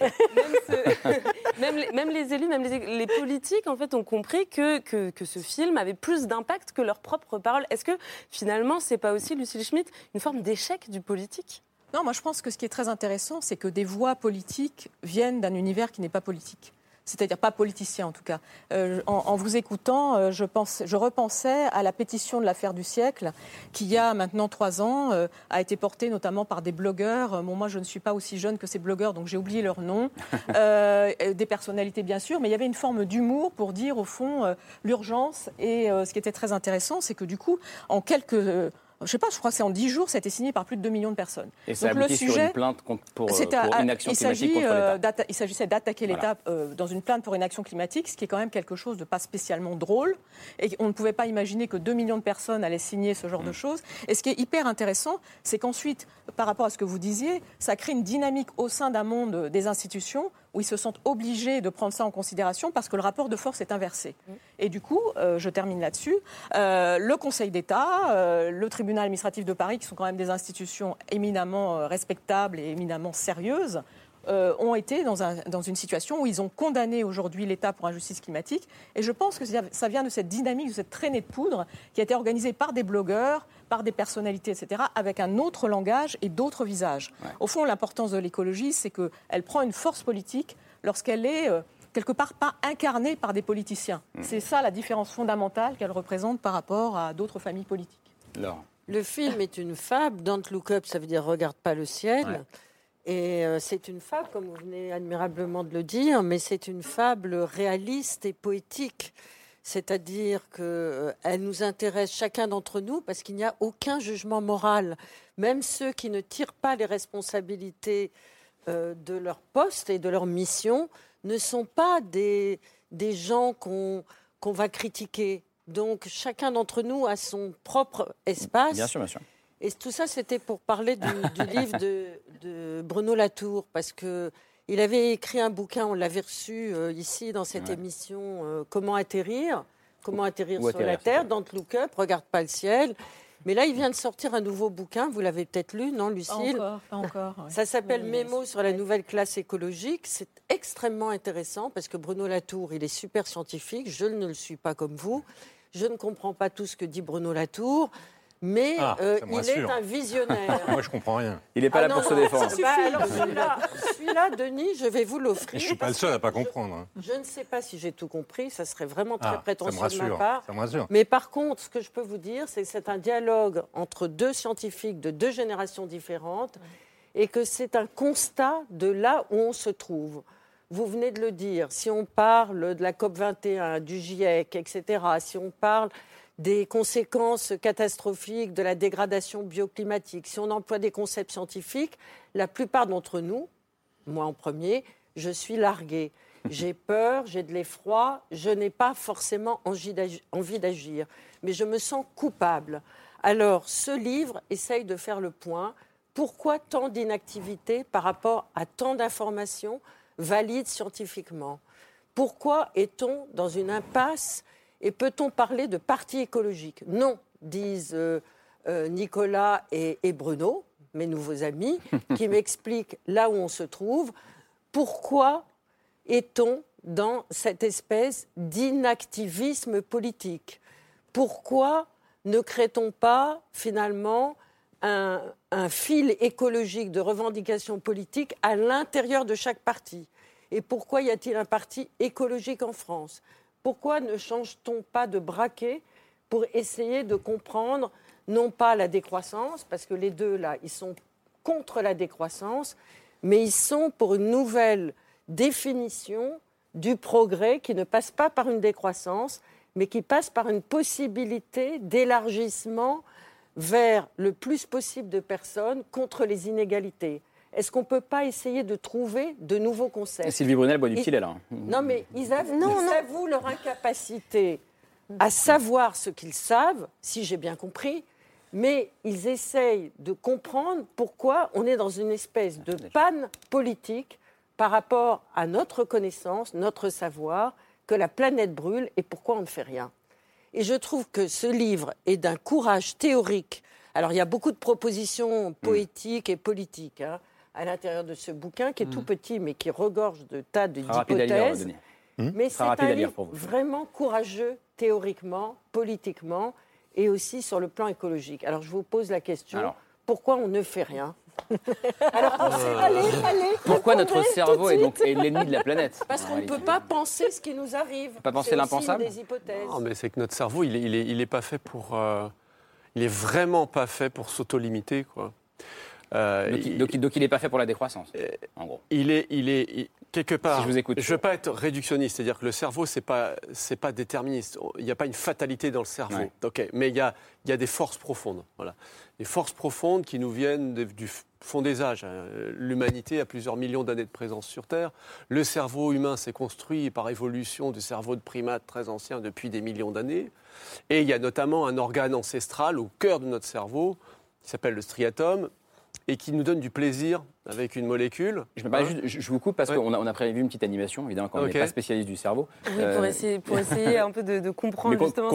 Même les élus, même les politiques, en fait, ont compris que ce film avait plus d'impact que leurs propres paroles. Est-ce que finalement, c'est pas aussi, Lucille Schmitt, une forme d'échec du politique ? Non, moi je pense que ce qui est très intéressant, c'est que des voix politiques viennent d'un univers qui n'est pas politique. C'est-à-dire pas politicien en tout cas. En vous écoutant, je repensais à la pétition de l'affaire du siècle, qui il y a maintenant 3 ans a été portée notamment par des blogueurs. Bon, moi je ne suis pas aussi jeune que ces blogueurs, donc j'ai oublié leur nom. Des personnalités bien sûr, mais il y avait une forme d'humour pour dire au fond l'urgence. Et ce qui était très intéressant, c'est que du coup, en quelques... je crois que c'est en 10 jours, ça a été signé par plus de 2 millions de personnes. Et ça aboutit sur une plainte pour inaction climatique contre l'État. Il s'agissait d'attaquer l'État dans une plainte pour inaction climatique, ce qui est quand même quelque chose de pas spécialement drôle. Et on ne pouvait pas imaginer que 2 millions de personnes allaient signer ce genre de choses. Et ce qui est hyper intéressant, c'est qu'ensuite, par rapport à ce que vous disiez, ça crée une dynamique au sein d'un monde des institutions où ils se sentent obligés de prendre ça en considération parce que le rapport de force est inversé. Et du coup, je termine là-dessus, le Conseil d'État, le tribunal administratif de Paris, qui sont quand même des institutions éminemment respectables et éminemment sérieuses, ont été dans une situation où ils ont condamné aujourd'hui l'État pour injustice climatique. Et je pense que ça vient de cette dynamique, de cette traînée de poudre qui a été organisée par des blogueurs, par des personnalités, etc., avec un autre langage et d'autres visages. Ouais. Au fond, l'importance de l'écologie, c'est qu'elle prend une force politique lorsqu'elle est quelque part pas incarnée par des politiciens. C'est ça la différence fondamentale qu'elle représente par rapport à d'autres familles politiques. Alors. Le film est une fable. Don't look up, ça veut dire regarde pas le ciel. Ouais. Et c'est une fable, comme vous venez admirablement de le dire, mais c'est une fable réaliste et poétique. C'est-à-dire qu'elle nous intéresse chacun d'entre nous parce qu'il n'y a aucun jugement moral. Même ceux qui ne tirent pas les responsabilités de leur poste et de leur mission ne sont pas des gens qu'on va critiquer. Donc chacun d'entre nous a son propre espace. Bien sûr, bien sûr. Et tout ça, c'était pour parler du livre de Bruno Latour, parce qu'il avait écrit un bouquin, on l'avait reçu ici dans cette émission, Comment atterrir sur la Terre, Don't look up, regarde pas le ciel. Mais là, il vient de sortir un nouveau bouquin, vous l'avez peut-être lu, non, Lucille ? Pas encore. Ouais. Ça s'appelle Mémo sur la nouvelle classe écologique. C'est extrêmement intéressant, parce que Bruno Latour, il est super scientifique, je ne le suis pas comme vous. Je ne comprends pas tout ce que dit Bruno Latour. Mais il est un visionnaire. Moi, je ne comprends rien. Il n'est pas là pour se défendre. Alors celui-là, Denis, je vais vous l'offrir. Je ne suis pas le seul à ne pas comprendre. Hein. Je ne sais pas si j'ai tout compris. Ça serait vraiment très prétentieux de ma part. Ça me rassure. Mais par contre, ce que je peux vous dire, c'est que c'est un dialogue entre deux scientifiques de deux générations différentes et que c'est un constat de là où on se trouve. Vous venez de le dire. Si on parle de la COP21, du GIEC, etc., si on parle des conséquences catastrophiques de la dégradation bioclimatique, si on emploie des concepts scientifiques, la plupart d'entre nous, moi en premier, je suis larguée. J'ai peur, j'ai de l'effroi, je n'ai pas forcément envie d'agir, mais je me sens coupable. Alors, ce livre essaye de faire le point. Pourquoi tant d'inactivité par rapport à tant d'informations valides scientifiquement ? Pourquoi est-on dans une impasse ? Et peut-on parler de parti écologique ? Non, disent Nicolas et Bruno, mes nouveaux amis, qui m'expliquent là où on se trouve. Pourquoi est-on dans cette espèce d'inactivisme politique ? Pourquoi ne crée-t-on pas finalement un fil écologique de revendications politiques à l'intérieur de chaque parti ? Et pourquoi y a-t-il un parti écologique en France ? Pourquoi ne change-t-on pas de braquet pour essayer de comprendre, non pas la décroissance, parce que les deux, là, ils sont contre la décroissance, mais ils sont pour une nouvelle définition du progrès qui ne passe pas par une décroissance, mais qui passe par une possibilité d'élargissement vers le plus possible de personnes contre les inégalités. Est-ce qu'on ne peut pas essayer de trouver de nouveaux concepts ? Sylvie Brunel boit du filet, là. Non, mais ils avouent leur incapacité à savoir ce qu'ils savent, si j'ai bien compris, mais ils essayent de comprendre pourquoi on est dans une espèce de panne politique par rapport à notre connaissance, notre savoir, que la planète brûle et pourquoi on ne fait rien. Et je trouve que ce livre est d'un courage théorique. Alors, il y a beaucoup de propositions poétiques et politiques, à l'intérieur de ce bouquin, qui est tout petit, mais qui regorge de tas d'hypothèses. Mais c'est un livre vraiment courageux, théoriquement, politiquement, et aussi sur le plan écologique. Alors, je vous pose la question, pourquoi on ne fait rien ? Alors, allez, pourquoi notre cerveau est donc l'ennemi de la planète ? Parce qu'on ne peut pas penser ce qui nous arrive. Pas penser l'impensable ? Des hypothèses. Non, mais c'est que notre cerveau, il est pas fait pour... il est vraiment pas fait pour s'auto-limiter, quoi. Donc il n'est pas fait pour la décroissance, en gros. Il est quelque part. Si je vous écoute. Je ne veux pas être réductionniste, c'est-à-dire que le cerveau, c'est pas déterministe. Il n'y a pas une fatalité dans le cerveau. Ouais. Okay. Mais il y a des forces profondes. Voilà. Des forces profondes qui nous viennent du fond des âges. L'humanité a plusieurs millions d'années de présence sur Terre. Le cerveau humain s'est construit par évolution du cerveau de primates très anciens depuis des millions d'années. Et il y a notamment un organe ancestral au cœur de notre cerveau qui s'appelle le striatum, et qui nous donne du plaisir avec une molécule. Je vous coupe parce qu'on a prévu une petite animation, évidemment, quand on n'est pas spécialiste du cerveau. Oui, pour essayer un peu de comprendre justement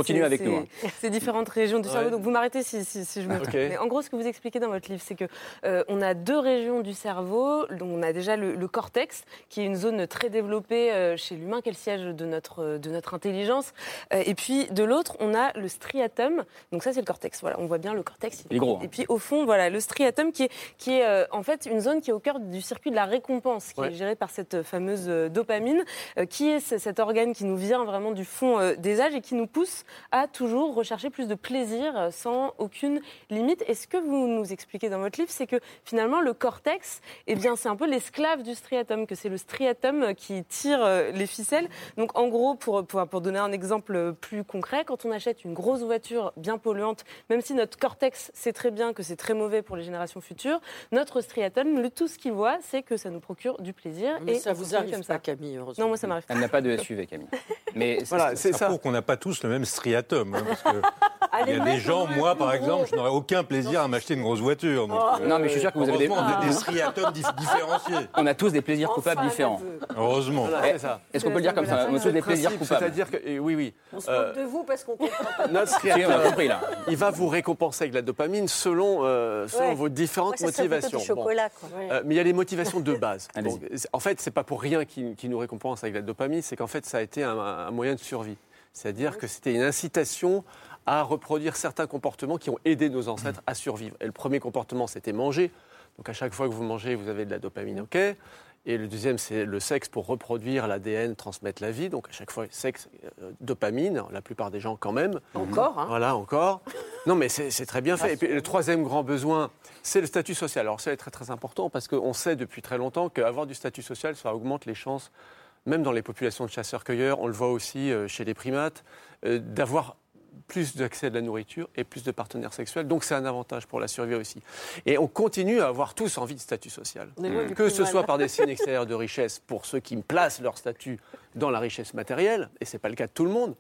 ces différentes régions du cerveau. Donc vous m'arrêtez si je me trompe. Mais en gros, ce que vous expliquez dans votre livre, c'est qu'on a 2 régions du cerveau. Donc on a déjà le cortex, qui est une zone très développée chez l'humain, qui est le siège de notre intelligence. Et puis de l'autre, on a le striatum. Donc ça, c'est le cortex. Voilà, on voit bien le cortex. Il est gros. Et puis au fond, voilà, le striatum qui est en fait une zone qui est au cœur du circuit de la récompense, qui est géré par cette fameuse dopamine, qui est cet organe qui nous vient vraiment du fond des âges et qui nous pousse à toujours rechercher plus de plaisir sans aucune limite. Et ce que vous nous expliquez dans votre livre, c'est que finalement le cortex, eh bien, c'est un peu l'esclave du striatum, que c'est le striatum qui tire les ficelles. Donc en gros, pour donner un exemple plus concret, quand on achète une grosse voiture bien polluante, même si notre cortex sait très bien que c'est très mauvais pour les générations futures, notre striatum, tout ce qu'il voit, c'est que ça nous procure du plaisir. Mais et ça vous arrive comme pas, Camille, heureusement. Non, moi, ça m'arrive pas. Elle n'a pas de SUV, Camille. Mais voilà, c'est ça. Pour qu'on n'a pas tous le même striatum. Hein, parce que il y a des gens, moi, par exemple, je n'aurais aucun plaisir à m'acheter une grosse voiture. Donc, non, mais je suis sûr que vous avez des striatums différenciés. On a tous des plaisirs coupables différents. Heureusement. Est-ce qu'on peut le dire comme ça? On a tous des plaisirs coupables. C'est-à-dire que, oui. On se moque de vous parce qu'on comprend pas. Notre striatum, on a compris, là. Il va vous récompenser avec la dopamine selon vos différentes motivations. Chocolat, mais il y a les motivations de base. Donc, en fait, c'est pas pour rien qu'il nous récompense avec la dopamine, c'est qu'en fait, ça a été un moyen de survie. C'est-à-dire que c'était une incitation à reproduire certains comportements qui ont aidé nos ancêtres à survivre. Et le premier comportement, c'était manger. Donc à chaque fois que vous mangez, vous avez de la dopamine, ok. Et le deuxième, c'est le sexe pour reproduire l'ADN, transmettre la vie. Donc à chaque fois, sexe, dopamine, la plupart des gens quand même. Encore, hein. Voilà, encore. Non, mais c'est très bien fait. Et puis le troisième grand besoin, c'est le statut social. Alors ça, c'est très très important parce qu'on sait depuis très longtemps qu'avoir du statut social, ça augmente les chances, même dans les populations de chasseurs-cueilleurs, on le voit aussi chez les primates, d'avoir plus d'accès à de la nourriture et plus de partenaires sexuels. Donc c'est un avantage pour la survie aussi. Et on continue à avoir tous envie de statut social. Que ce soit par des signes extérieurs de richesse pour ceux qui placent leur statut dans la richesse matérielle, et ce n'est pas le cas de tout le monde.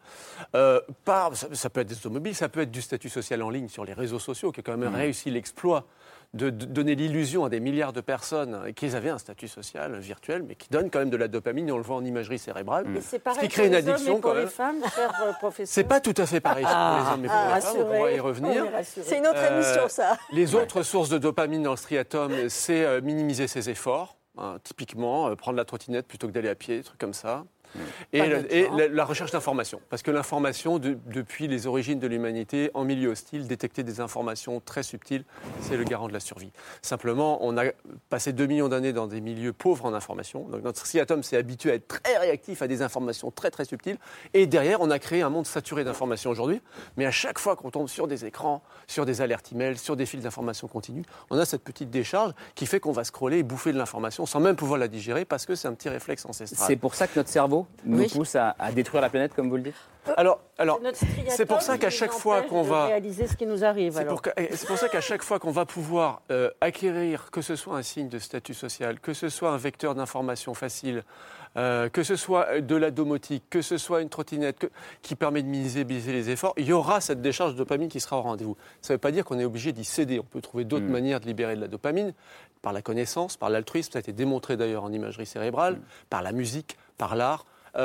Ça peut être des automobiles, ça peut être du statut social en ligne sur les réseaux sociaux, qui a quand même réussi l'exploit de donner l'illusion à des milliards de personnes qu'ils avaient un statut social virtuel, mais qui donne quand même de la dopamine, et on le voit en imagerie cérébrale. C'est pareil ce qui crée une addiction pour quand même. Les femmes, c'est pas tout à fait pareil pour les hommes et pour les femmes, on pourra y revenir. C'est une autre émission, ça. Les autres sources de dopamine dans le striatum, c'est minimiser ses efforts. Typiquement, prendre la trottinette plutôt que d'aller à pied, des trucs comme ça. Et la recherche d'informations. Parce que l'information, depuis les origines de l'humanité, en milieu hostile, détecter des informations très subtiles, c'est le garant de la survie. Simplement, on a passé 2 millions d'années dans des milieux pauvres en information. Donc notre striatum s'est habitué à être très réactif à des informations très très subtiles. Et derrière, on a créé un monde saturé d'informations aujourd'hui. Mais à chaque fois qu'on tombe sur des écrans, sur des alertes email, sur des fils d'informations continues, on a cette petite décharge qui fait qu'on va scroller et bouffer de l'information sans même pouvoir la digérer parce que c'est un petit réflexe ancestral. C'est pour ça que notre cerveau nous pousse à détruire la planète, comme vous le dites? Alors c'est pour ça qu'à chaque fois qu'on va réaliser ce qui nous arrive. C'est pour ça qu'à chaque fois qu'on va pouvoir acquérir, que ce soit un signe de statut social, que ce soit un vecteur d'information facile, que ce soit de la domotique, que ce soit une trottinette qui permet de minimiser les efforts, il y aura cette décharge de dopamine qui sera au rendez-vous. Ça ne veut pas dire qu'on est obligé d'y céder. On peut trouver d'autres manières de libérer de la dopamine, par la connaissance, par l'altruisme, ça a été démontré d'ailleurs en imagerie cérébrale, par la musique, par l'art.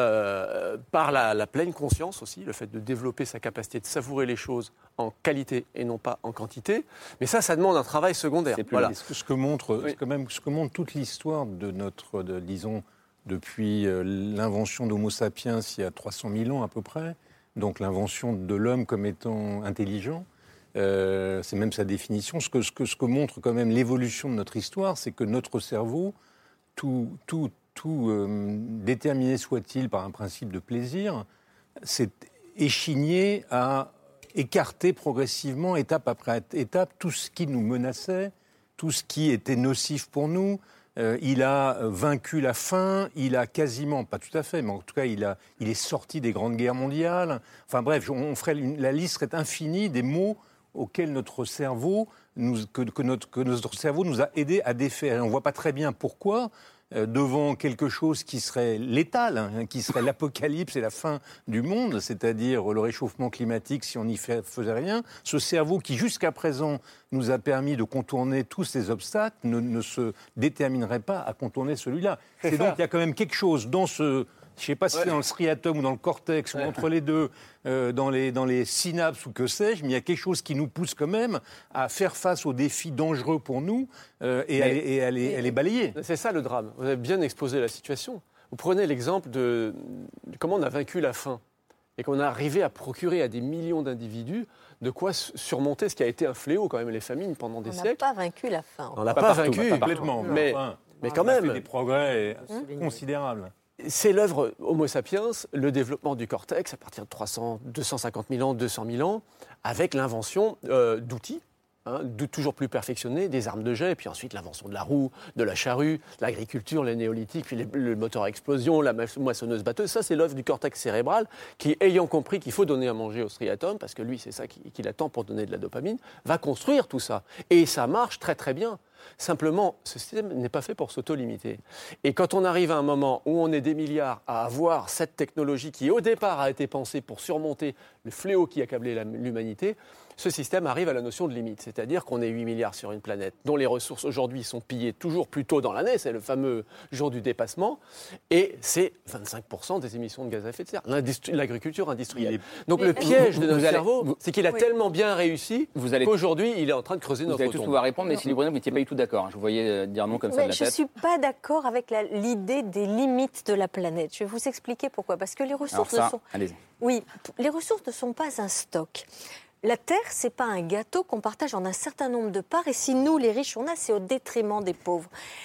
Par la pleine conscience aussi, le fait de développer sa capacité de savourer les choses en qualité et non pas en quantité. Mais ça demande un travail secondaire. Voilà. Ce que montre toute l'histoire de disons, depuis l'invention d'Homo sapiens il y a 300 000 ans à peu près, donc l'invention de l'homme comme étant intelligent, c'est même sa définition. Ce que montre quand même l'évolution de notre histoire, c'est que notre cerveau, tout déterminé soit-il par un principe de plaisir, s'est échigné à écarter progressivement, étape après étape, tout ce qui nous menaçait, tout ce qui était nocif pour nous. Il a vaincu la faim, il a quasiment, pas tout à fait, mais en tout cas, il est sorti des grandes guerres mondiales. Enfin bref, la liste serait infinie des maux auxquels notre cerveau, que notre cerveau nous a aidés à défaire. Et on ne voit pas très bien pourquoi. devant quelque chose qui serait létal, hein, qui serait l'apocalypse et la fin du monde, c'est-à-dire le réchauffement climatique si on n'y faisait rien. Ce cerveau qui, jusqu'à présent, nous a permis de contourner tous ces obstacles ne se déterminerait pas à contourner celui-là. Et donc, il y a quand même quelque chose dans ce... Je ne sais pas si c'est dans le striatum ou dans le cortex, ou entre les deux, dans les synapses ou que sais-je, mais il y a quelque chose qui nous pousse quand même à faire face aux défis dangereux pour nous et à les balayer. C'est ça le drame. Vous avez bien exposé la situation. Vous prenez l'exemple de comment on a vaincu la faim et qu'on a arrivé à procurer à des millions d'individus de quoi surmonter ce qui a été un fléau quand même, les famines pendant des siècles. On n'a pas vaincu la faim. On n'a pas vaincu complètement, mais quand même. On a fait des progrès considérables. C'est l'œuvre Homo sapiens, le développement du cortex à partir de 250 000 ans, 200 000 ans, avec l'invention d'outils, toujours plus perfectionnés, des armes de jet, et puis ensuite l'invention de la roue, de la charrue, l'agriculture, les néolithiques, puis le moteur à explosion, la moissonneuse-batteuse. Ça, c'est l'œuvre du cortex cérébral qui, ayant compris qu'il faut donner à manger au striatum, parce que lui, c'est ça qu'il attend pour donner de la dopamine, va construire tout ça. Et ça marche très très bien. Simplement, ce système n'est pas fait pour s'auto-limiter. Et quand on arrive à un moment où on est des milliards à avoir cette technologie qui, au départ, a été pensée pour surmonter le fléau qui accablait l'humanité, ce système arrive à la notion de limite. C'est-à-dire qu'on est 8 milliards sur une planète dont les ressources aujourd'hui sont pillées toujours plus tôt dans l'année, c'est le fameux jour du dépassement, et c'est 25% des émissions de gaz à effet de serre, l'agriculture industrielle. Donc le piège de notre cerveau, c'est qu'il a tellement bien réussi qu'aujourd'hui, il est en train de creuser notre tombe. Vous allez tous pouvoir répondre, mais Sylvie Brunel, vous n'étiez pas du tout d'accord. Je vous voyais dire non comme ça de la tête. Je ne suis pas d'accord avec l'idée des limites de la planète. Je vais vous expliquer pourquoi. Parce que les ressources les ressources ne sont pas un stock. La Terre, ce n'est pas un gâteau qu'on partage en un certain nombre de parts. Et si nous, les riches, on a, c'est au détriment des pauvres.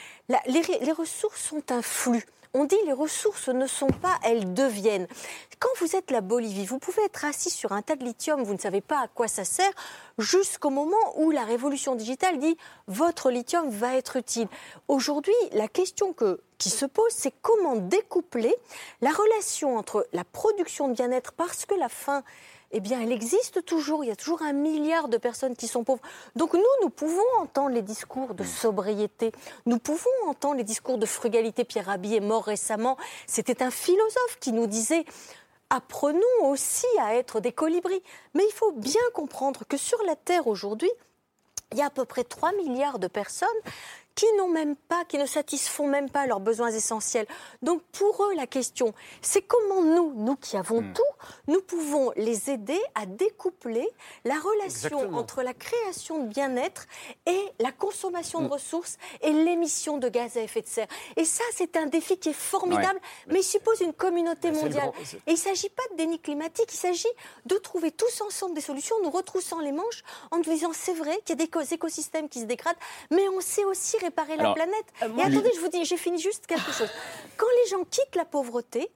Les ressources sont un flux. On dit les ressources ne sont pas, elles deviennent. Quand vous êtes la Bolivie, vous pouvez être assis sur un tas de lithium, vous ne savez pas à quoi ça sert, jusqu'au moment où la révolution digitale dit « votre lithium va être utile ». Aujourd'hui, la question qui se pose, c'est comment découpler la relation entre la production de bien-être, parce que la faim, eh bien, elle existe toujours. Il y a toujours 1 milliard de personnes qui sont pauvres. Donc nous pouvons entendre les discours de sobriété. Nous pouvons entendre les discours de frugalité. Pierre Rabhi est mort récemment. C'était un philosophe qui nous disait « apprenons aussi à être des colibris ». Mais il faut bien comprendre que sur la Terre aujourd'hui, il y a à peu près 3 milliards de personnes qui ne satisfont même pas leurs besoins essentiels. Donc pour eux, la question, c'est comment nous qui avons tout, nous pouvons les aider à découpler la relation entre la création de bien-être et la consommation de ressources et l'émission de gaz à effet de serre. Et ça, c'est un défi qui est formidable, mais il suppose une communauté mondiale. Et il ne s'agit pas de déni climatique, il s'agit de trouver tous ensemble des solutions, nous retroussant les manches en disant c'est vrai qu'il y a des écosystèmes qui se dégradent, mais on sait aussi réparer la planète. Et attendez, je vous dis, j'ai fini juste quelque chose. Quand les gens quittent la pauvreté,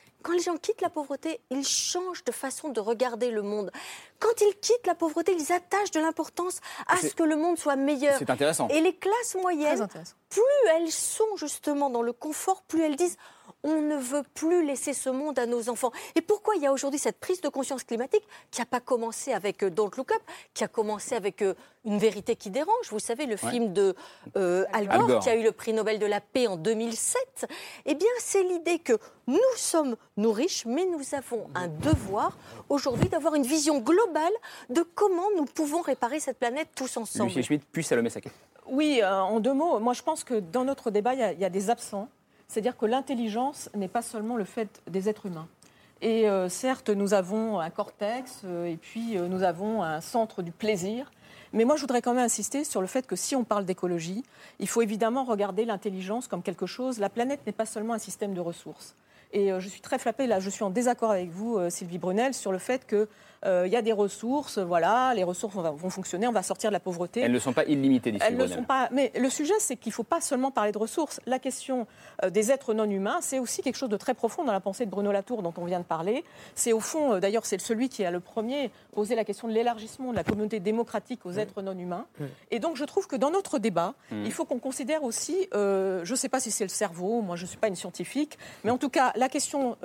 ils changent de façon de regarder le monde. Quand ils quittent la pauvreté, ils attachent de l'importance à ce que le monde soit meilleur. C'est intéressant. Et les classes moyennes, plus elles sont justement dans le confort, plus elles disent on ne veut plus laisser ce monde à nos enfants. Et pourquoi il y a aujourd'hui cette prise de conscience climatique qui n'a pas commencé avec Don't Look Up, qui a commencé avec Une vérité qui dérange. Vous savez, le film de Al Gore, qui a eu le prix Nobel de la paix en 2007. Eh bien, c'est l'idée que nous sommes, nous riches, mais nous avons un devoir aujourd'hui d'avoir une vision globale de comment nous pouvons réparer cette planète tous ensemble. Lucie Schmitt, puis Salomé Saké. Oui, en 2 mots, moi je pense que dans notre débat, il y a des absents. C'est-à-dire que l'intelligence n'est pas seulement le fait des êtres humains. Et certes, nous avons un cortex et puis nous avons un centre du plaisir. Mais moi, je voudrais quand même insister sur le fait que si on parle d'écologie, il faut évidemment regarder l'intelligence comme quelque chose. La planète n'est pas seulement un système de ressources. Et je suis très frappée, là, je suis en désaccord avec vous, Sylvie Brunel, sur le fait que il y a des ressources, voilà, les ressources vont fonctionner, on va sortir de la pauvreté. Elles ne sont pas illimitées, dit Sylvie Brunel. Elles ne sont pas, mais le sujet, c'est qu'il ne faut pas seulement parler de ressources. La question des êtres non humains, c'est aussi quelque chose de très profond dans la pensée de Bruno Latour, dont on vient de parler. C'est au fond, d'ailleurs, c'est celui qui a le premier posé la question de l'élargissement de la communauté démocratique aux êtres non humains. Et donc, je trouve que dans notre débat, il faut qu'on considère aussi, je ne sais pas si c'est le cerveau, moi je ne suis pas une scientifique, mais en tout cas, la question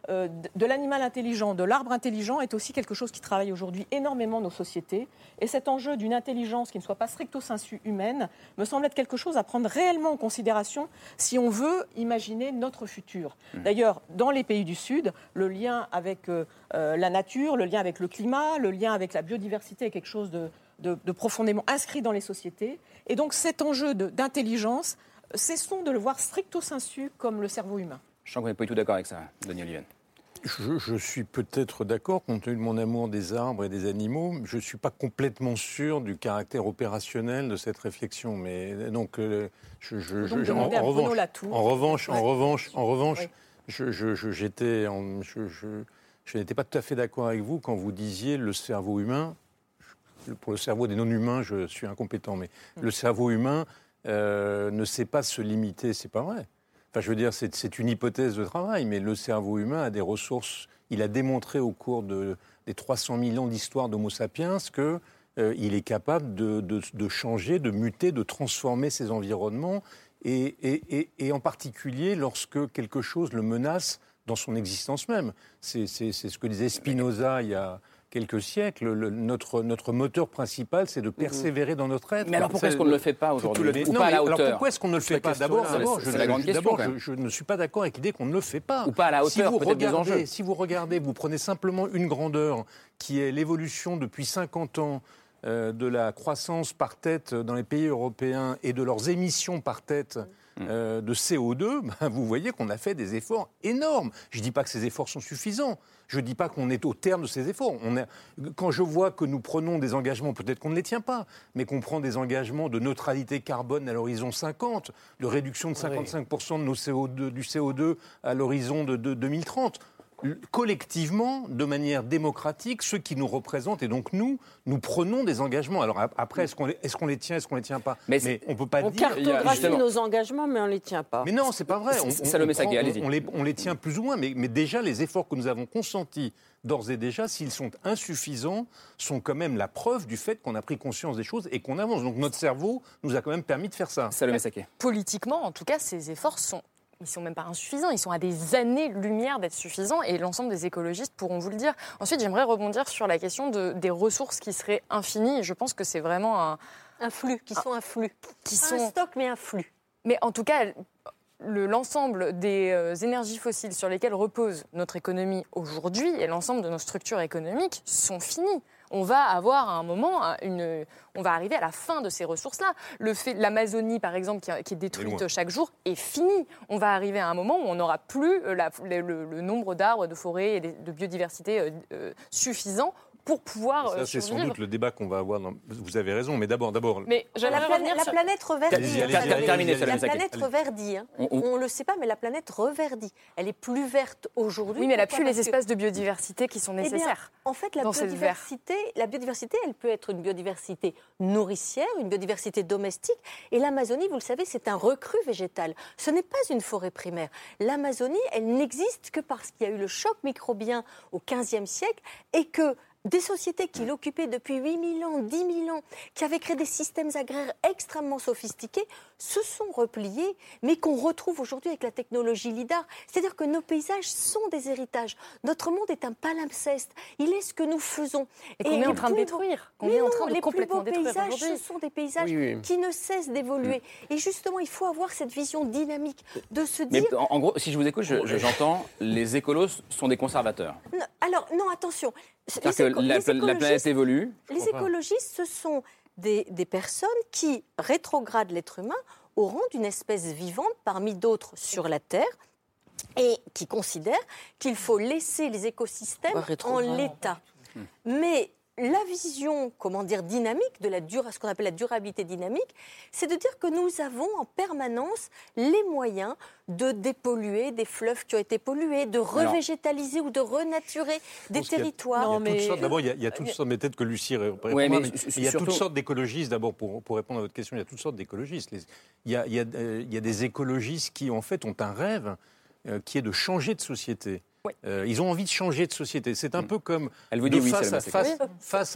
de l'animal intelligent, de l'arbre intelligent est aussi quelque chose qui travaille aujourd'hui énormément nos sociétés. Et cet enjeu d'une intelligence qui ne soit pas stricto sensu humaine me semble être quelque chose à prendre réellement en considération si on veut imaginer notre futur. D'ailleurs, dans les pays du Sud, le lien avec la nature, le lien avec le climat, le lien avec la biodiversité est quelque chose de profondément inscrit dans les sociétés. Et donc cet enjeu d'intelligence, cessons de le voir stricto sensu comme le cerveau humain. Je sens que vous n'êtes pas du tout d'accord avec ça, Denis Oliven. Je suis peut-être d'accord, compte tenu de mon amour des arbres et des animaux. Je ne suis pas complètement sûr du caractère opérationnel de cette réflexion. Mais donc, en revanche, je n'étais pas tout à fait d'accord avec vous quand vous disiez le cerveau humain. Pour le cerveau des non-humains, je suis incompétent, mais le cerveau humain ne sait pas se limiter. C'est pas vrai. Enfin, je veux dire, c'est une hypothèse de travail, mais le cerveau humain a des ressources. Il a démontré au cours des 300 000 ans d'histoire d'Homo sapiens qu'il est capable de changer, de muter, de transformer ses environnements, et en particulier lorsque quelque chose le menace dans son existence même. C'est ce que disait Spinoza il y a quelques siècles. Notre moteur principal, c'est de persévérer dans notre être. Mais alors pourquoi est-ce qu'on ne le fait pas aujourd'hui, ou pas à la hauteur? Alors pourquoi est-ce qu'on ne le fait pas? D'abord, je ne suis pas d'accord avec l'idée qu'on ne le fait pas. Ou pas à la hauteur, peut-être des enjeux. Si vous regardez, vous prenez simplement une grandeur qui est l'évolution depuis 50 ans de la croissance par tête dans les pays européens et de leurs émissions par tête de CO2, vous voyez qu'on a fait des efforts énormes. Je ne dis pas que ces efforts sont suffisants. Je ne dis pas qu'on est au terme de ces efforts. Quand je vois que nous prenons des engagements, peut-être qu'on ne les tient pas, mais qu'on prend des engagements de neutralité carbone à l'horizon 50, de réduction de 55% de nos du CO2 à l'horizon de 2030, collectivement, de manière démocratique, ceux qui nous représentent, et donc nous prenons des engagements. Alors après, est-ce qu'on les tient, est-ce qu'on les tient pas? Mais on peut pas dire... On cartographie nos engagements, mais on les tient pas. Mais non, c'est pas vrai. On les tient plus ou moins, mais déjà, les efforts que nous avons consentis, d'ores et déjà, s'ils sont insuffisants, sont quand même la preuve du fait qu'on a pris conscience des choses et qu'on avance. Donc notre cerveau nous a quand même permis de faire ça. Salomé Saké. Politiquement, en tout cas, ces efforts ils ne sont même pas insuffisants, ils sont à des années-lumière d'être suffisants, et l'ensemble des écologistes pourront vous le dire. Ensuite, j'aimerais rebondir sur la question des ressources qui seraient infinies, et je pense que c'est vraiment un flux, un stock, mais un flux. Mais en tout cas, l'ensemble des énergies fossiles sur lesquelles repose notre économie aujourd'hui et l'ensemble de nos structures économiques sont finies. On va avoir à un moment, on va arriver à la fin de ces ressources-là. L'Amazonie, par exemple, qui est détruite chaque jour, est finie. On va arriver à un moment où on n'aura plus le nombre d'arbres, de forêts et de biodiversité suffisant pour pouvoir ça, c'est sans doute le débat qu'on va avoir. Vous avez raison, mais d'abord. Mais la planète reverdit. La planète reverdit. On ne le sait pas, mais la planète reverdit. Elle est plus verte aujourd'hui. Oui, mais elle n'a plus les espaces de biodiversité qui sont nécessaires. En fait, la biodiversité, elle peut être une biodiversité nourricière, une biodiversité domestique. Et l'Amazonie, vous le savez, c'est un recru végétal. Ce n'est pas une forêt primaire. L'Amazonie, elle n'existe que parce qu'il y a eu le choc microbien au XVe siècle et que des sociétés qui l'occupaient depuis 8000 ans, 10 000 ans, qui avaient créé des systèmes agraires extrêmement sophistiqués, se sont repliés, mais qu'on retrouve aujourd'hui avec la technologie LIDAR. C'est-à-dire que nos paysages sont des héritages. Notre monde est un palimpseste. Il est ce que nous faisons. Et qu'on est en train de détruire. Les plus beaux paysages, ce sont des paysages qui ne cessent d'évoluer. Et justement, il faut avoir cette vision dynamique de se dire... Mais en gros, si je vous écoute, j'entends, les écolos sont des conservateurs. Alors, non, attention. C'est-à-dire que la planète évolue. Les écologistes, ce sont des personnes qui rétrogradent l'être humain au rang d'une espèce vivante parmi d'autres sur la Terre et qui considèrent qu'il faut laisser les écosystèmes en l'état. Mais la vision, dynamique, ce qu'on appelle la durabilité dynamique, c'est de dire que nous avons en permanence les moyens de dépolluer des fleuves qui ont été pollués, de revégétaliser ou de renaturer des territoires. D'abord, il y a toutes sortes, mais peut-être que Lucie répondra, mais il y a toutes sortes d'écologistes, d'abord, pour répondre à votre question, il y a toutes sortes d'écologistes. Il y a des écologistes qui, en fait, ont un rêve qui est de changer de société. Ils ont envie de changer de société. C'est un peu comme Elle vous dit oui, face à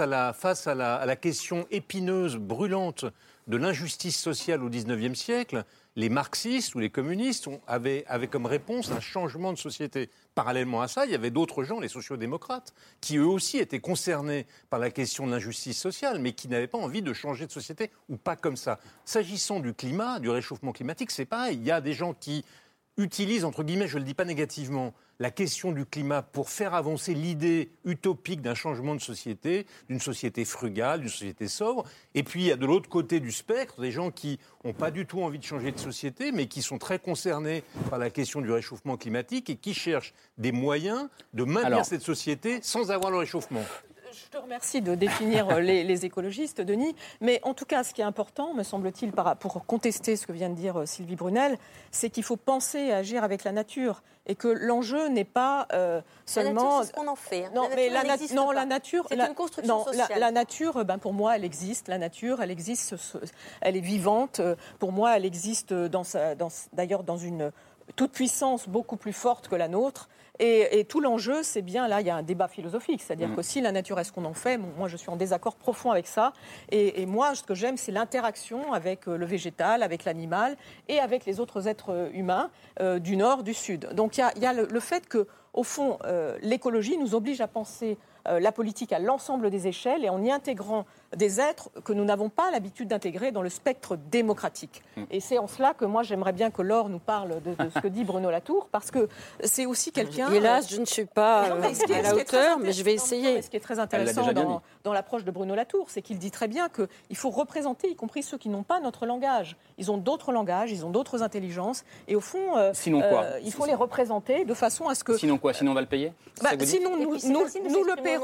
la question épineuse, brûlante de l'injustice sociale au XIXe siècle, les marxistes ou les communistes avaient comme réponse un changement de société. Parallèlement à ça, il y avait d'autres gens, les sociodémocrates, qui eux aussi étaient concernés par la question de l'injustice sociale, mais qui n'avaient pas envie de changer de société, ou pas comme ça. S'agissant du climat, du réchauffement climatique, c'est pareil. Il y a des gens qui utilisent, entre guillemets, je ne le dis pas négativement, la question du climat pour faire avancer l'idée utopique d'un changement de société, d'une société frugale, d'une société sobre. Et puis, il y a de l'autre côté du spectre des gens qui n'ont pas du tout envie de changer de société, mais qui sont très concernés par la question du réchauffement climatique et qui cherchent des moyens de maintenir cette société sans avoir le réchauffement. Je te remercie de définir les écologistes, Denis. Mais en tout cas, ce qui est important, me semble-t-il, pour contester ce que vient de dire Sylvie Brunel, c'est qu'il faut penser et agir avec la nature. Et que l'enjeu n'est pas seulement... La nature, c'est ce qu'on en fait. Hein. Non, la nature... C'est une construction sociale. La nature, pour moi, elle existe. La nature, elle existe. Elle est vivante. Pour moi, elle existe d'ailleurs dans une toute-puissance beaucoup plus forte que la nôtre. Et tout l'enjeu, c'est bien, là, il y a un débat philosophique. C'est-à-dire qu'aussi, la nature est ce qu'on en fait. Moi, je suis en désaccord profond avec ça. Et moi, ce que j'aime, c'est l'interaction avec le végétal, avec l'animal et avec les autres êtres humains du nord, du sud. Donc, il y a le fait que, au fond, l'écologie nous oblige à penser la politique à l'ensemble des échelles et en y intégrant des êtres que nous n'avons pas l'habitude d'intégrer dans le spectre démocratique. Et c'est en cela que moi, j'aimerais bien que Laure nous parle de ce que dit Bruno Latour, parce que c'est aussi quelqu'un... Hélas, je ne suis pas à la hauteur, mais je vais essayer. Ce qui est très intéressant dans l'approche de Bruno Latour, c'est qu'il dit très bien qu'il faut représenter, y compris ceux qui n'ont pas notre langage. Ils ont d'autres langages, ils ont d'autres intelligences, et au fond, sinon quoi il faut les représenter de façon à ce que... Sinon quoi? Sinon on va le payer? Sinon, nous le paierons,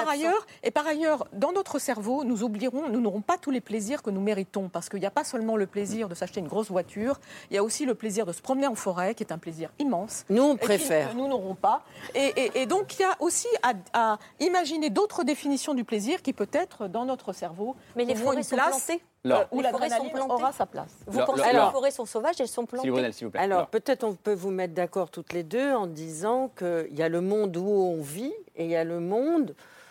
et par ailleurs, dans notre cerveau, nous n'aurons pas tous les plaisirs que nous méritons, parce qu'il n'y a pas seulement le plaisir de s'acheter une grosse voiture, il y a aussi le plaisir de se promener en forêt, qui est un plaisir immense. Nous, on préfère. Nous n'aurons pas. Et donc, il y a aussi à imaginer d'autres définitions du plaisir qui, peut-être, dans notre cerveau, mais les forêts sont plantées. Où l'adrénaline aura sa place. Vous pensez que les forêts sont sauvages, elles sont plantées? S'il vous plaît. Alors, peut-être on peut vous mettre d'accord toutes les deux en disant qu'il y a le monde où on vit et il y a le monde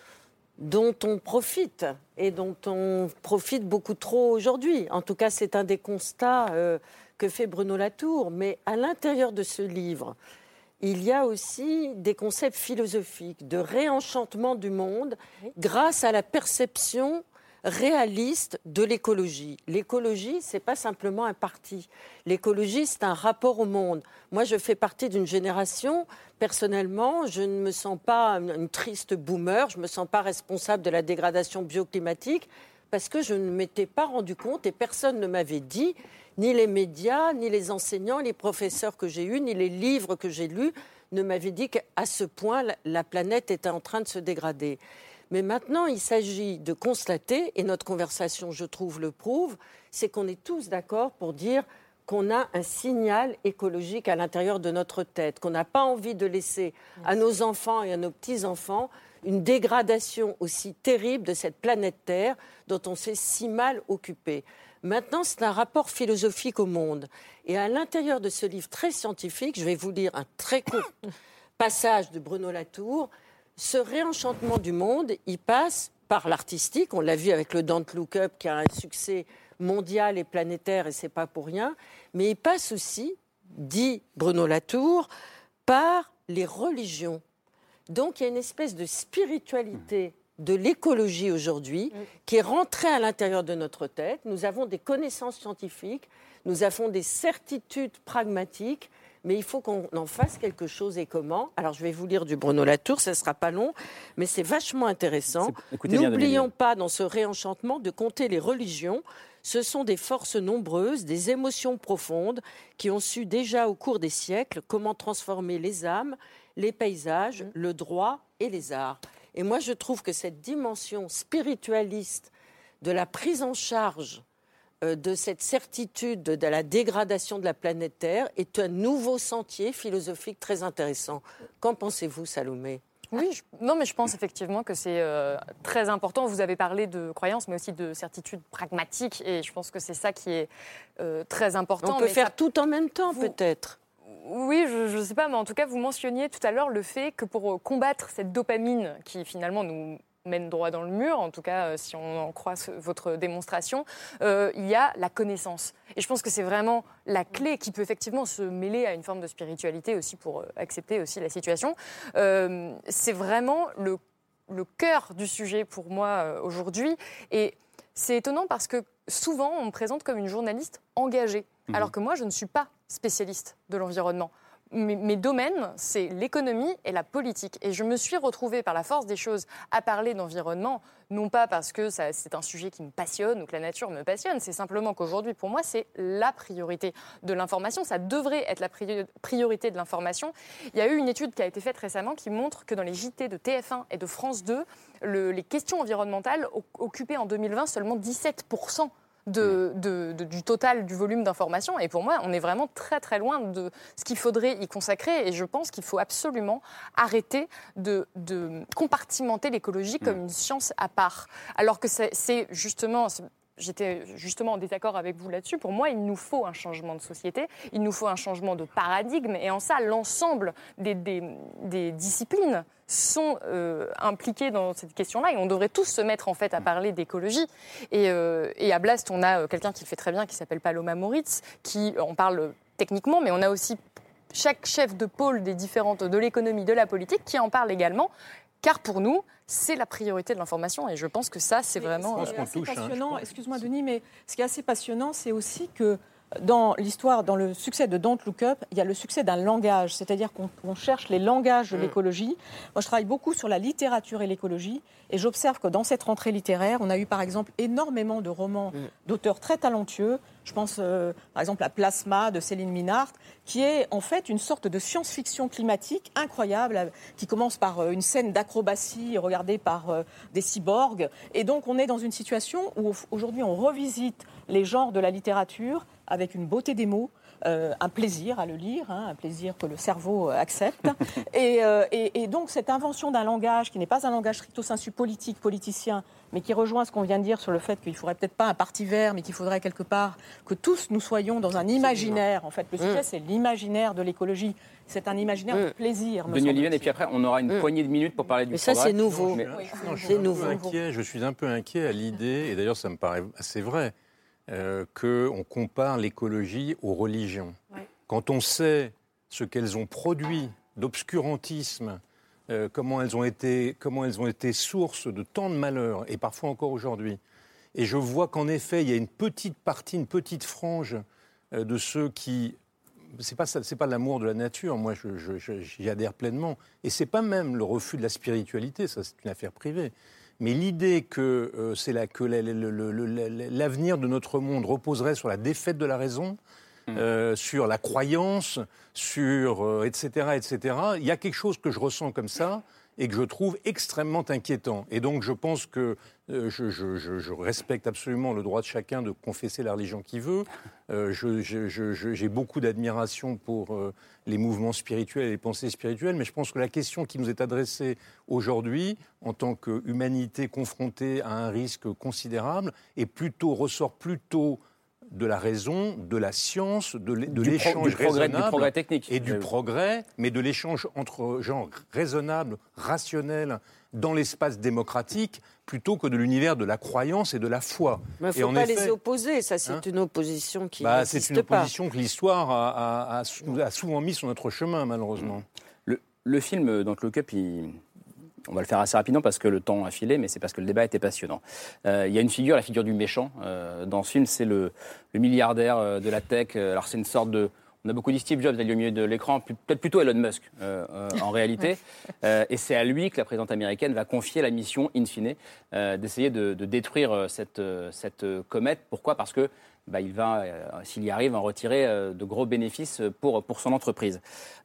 dont on profite et dont on profite beaucoup trop aujourd'hui. En tout cas, c'est un des constats que fait Bruno Latour. Mais à l'intérieur de ce livre, il y a aussi des concepts philosophiques de réenchantement du monde grâce à la perception réaliste de l'écologie. L'écologie, c'est pas simplement un parti. L'écologie, c'est un rapport au monde. Moi, je fais partie d'une génération, personnellement, je ne me sens pas une triste boomer, je ne me sens pas responsable de la dégradation bioclimatique, parce que je ne m'étais pas rendu compte, et personne ne m'avait dit, ni les médias, ni les enseignants, les professeurs que j'ai eus, ni les livres que j'ai lus, ne m'avaient dit qu'à ce point, la planète était en train de se dégrader. Mais maintenant, il s'agit de constater, et notre conversation, je trouve, le prouve, c'est qu'on est tous d'accord pour dire qu'on a un signal écologique à l'intérieur de notre tête, qu'on n'a pas envie de laisser à nos enfants et à nos petits-enfants une dégradation aussi terrible de cette planète Terre dont on s'est si mal occupé. Maintenant, c'est un rapport philosophique au monde. Et à l'intérieur de ce livre très scientifique, je vais vous lire un très court passage de Bruno Latour. Ce réenchantement du monde, il passe par l'artistique. On l'a vu avec le Don't Look Up qui a un succès mondial et planétaire, et c'est pas pour rien. Mais il passe aussi, dit Bruno Latour, par les religions. Donc il y a une espèce de spiritualité de l'écologie aujourd'hui qui est rentrée à l'intérieur de notre tête. Nous avons des connaissances scientifiques, nous avons des certitudes pragmatiques, mais il faut qu'on en fasse quelque chose. Et comment? Alors, je vais vous lire du Bruno Latour, ça ne sera pas long, mais c'est vachement intéressant. N'oublions pas, dans ce réenchantement, de compter les religions. Ce sont des forces nombreuses, des émotions profondes, qui ont su déjà au cours des siècles comment transformer les âmes, les paysages, le droit et les arts. Et moi, je trouve que cette dimension spiritualiste de la prise en charge de cette certitude de la dégradation de la planète Terre est un nouveau sentier philosophique très intéressant. Qu'en pensez-vous, Salomé ? Oui, mais je pense effectivement que c'est très important. Vous avez parlé de croyances, mais aussi de certitudes pragmatiques, et je pense que c'est ça qui est très important. On peut faire tout en même temps, peut-être. Oui, je ne sais pas, mais en tout cas, vous mentionniez tout à l'heure le fait que pour combattre cette dopamine qui finalement nous mène droit dans le mur, en tout cas si on en croit votre démonstration, il y a la connaissance. Et je pense que c'est vraiment la clé qui peut effectivement se mêler à une forme de spiritualité aussi pour accepter aussi la situation. C'est vraiment le cœur du sujet pour moi aujourd'hui. Et c'est étonnant parce que souvent on me présente comme une journaliste engagée, alors que moi je ne suis pas spécialiste de l'environnement. Mes domaines, c'est l'économie et la politique. Et je me suis retrouvée par la force des choses à parler d'environnement, non pas parce que c'est un sujet qui me passionne ou que la nature me passionne, c'est simplement qu'aujourd'hui, pour moi, c'est la priorité de l'information. Ça devrait être la priorité de l'information. Il y a eu une étude qui a été faite récemment qui montre que dans les JT de TF1 et de France 2, les questions environnementales occupaient en 2020 seulement 17% du total du volume d'informations. Et pour moi, on est vraiment très très loin de ce qu'il faudrait y consacrer. Et je pense qu'il faut absolument arrêter de compartimenter l'écologie comme une science à part. Alors que c'est justement... J'étais justement en désaccord avec vous là-dessus. Pour moi, il nous faut un changement de société, il nous faut un changement de paradigme. Et en ça, l'ensemble des disciplines sont impliquées dans cette question-là. Et on devrait tous se mettre en fait à parler d'écologie. Et à Blast, on a quelqu'un qui le fait très bien, qui s'appelle Paloma Moritz, qui en parle techniquement, mais on a aussi chaque chef de pôle de l'économie, de la politique, qui en parle également. Car pour nous, c'est la priorité de l'information et je pense que ça, c'est vraiment... Ce qui est assez passionnant, excuse-moi Denis, mais ce qui est assez passionnant, c'est aussi que dans l'histoire, dans le succès de Don't Look Up, il y a le succès d'un langage, c'est-à-dire qu'on cherche les langages de l'écologie. Moi, je travaille beaucoup sur la littérature et l'écologie et j'observe que dans cette rentrée littéraire, on a eu par exemple énormément de romans d'auteurs très talentueux. Je pense par exemple à Plasma de Céline Minard, qui est en fait une sorte de science-fiction climatique incroyable, qui commence par une scène d'acrobatie regardée par des cyborgs. Et donc on est dans une situation où aujourd'hui on revisite les genres de la littérature avec une beauté des mots, un plaisir à le lire, un plaisir que le cerveau accepte. Et donc cette invention d'un langage qui n'est pas un langage stricto sensu politicien, mais qui rejoint ce qu'on vient de dire sur le fait qu'il ne faudrait peut-être pas un parti vert, mais qu'il faudrait quelque part que tous nous soyons dans un imaginaire. En fait, le sujet, c'est l'imaginaire de l'écologie. C'est un imaginaire de plaisir. Denis Oliven, et puis après, on aura une poignée de minutes pour parler du progrès. Mais ça, c'est nouveau. Je suis un peu inquiet à l'idée, et d'ailleurs, ça me paraît assez vrai, qu'on compare l'écologie aux religions. Ouais. Quand on sait ce qu'elles ont produit d'obscurantisme, comment elles ont été source de tant de malheurs, et parfois encore aujourd'hui. Et je vois qu'en effet, il y a une petite partie, une petite frange de ceux qui... C'est pas l'amour de la nature, moi j'y adhère pleinement. Et c'est pas même le refus de la spiritualité, ça c'est une affaire privée. Mais l'idée que l'avenir de notre monde reposerait sur la défaite de la raison, sur la croyance, sur etc., il y a quelque chose que je ressens comme ça et que je trouve extrêmement inquiétant. Et donc je pense que je respecte absolument le droit de chacun de confesser la religion qu'il veut. J'ai beaucoup d'admiration pour les mouvements spirituels et les pensées spirituelles, mais je pense que la question qui nous est adressée aujourd'hui, en tant qu'humanité confrontée à un risque considérable, ressort plutôt de la raison, de la science, de l'échange raisonnable, du progrès technique. Et du progrès, mais de l'échange entre gens raisonnables, rationnels, dans l'espace démocratique, plutôt que de l'univers de la croyance et de la foi. Mais il ne faut pas les opposer, ça c'est une opposition qui n'existe pas. C'est une opposition que l'histoire a souvent mis sur notre chemin, malheureusement. Le film, Don't Look Up, on va le faire assez rapidement parce que le temps a filé, mais c'est parce que le débat était passionnant. Il y a une figure, la figure du méchant. Dans ce film, c'est le milliardaire de la tech. Alors c'est une sorte de... On a beaucoup dit Steve Jobs au milieu de l'écran, peut-être plutôt Elon Musk en réalité. Et c'est à lui que la présidente américaine va confier la mission, in fine, d'essayer de détruire cette comète. Pourquoi ? Parce que il va, s'il y arrive, en retirer de gros bénéfices pour son entreprise.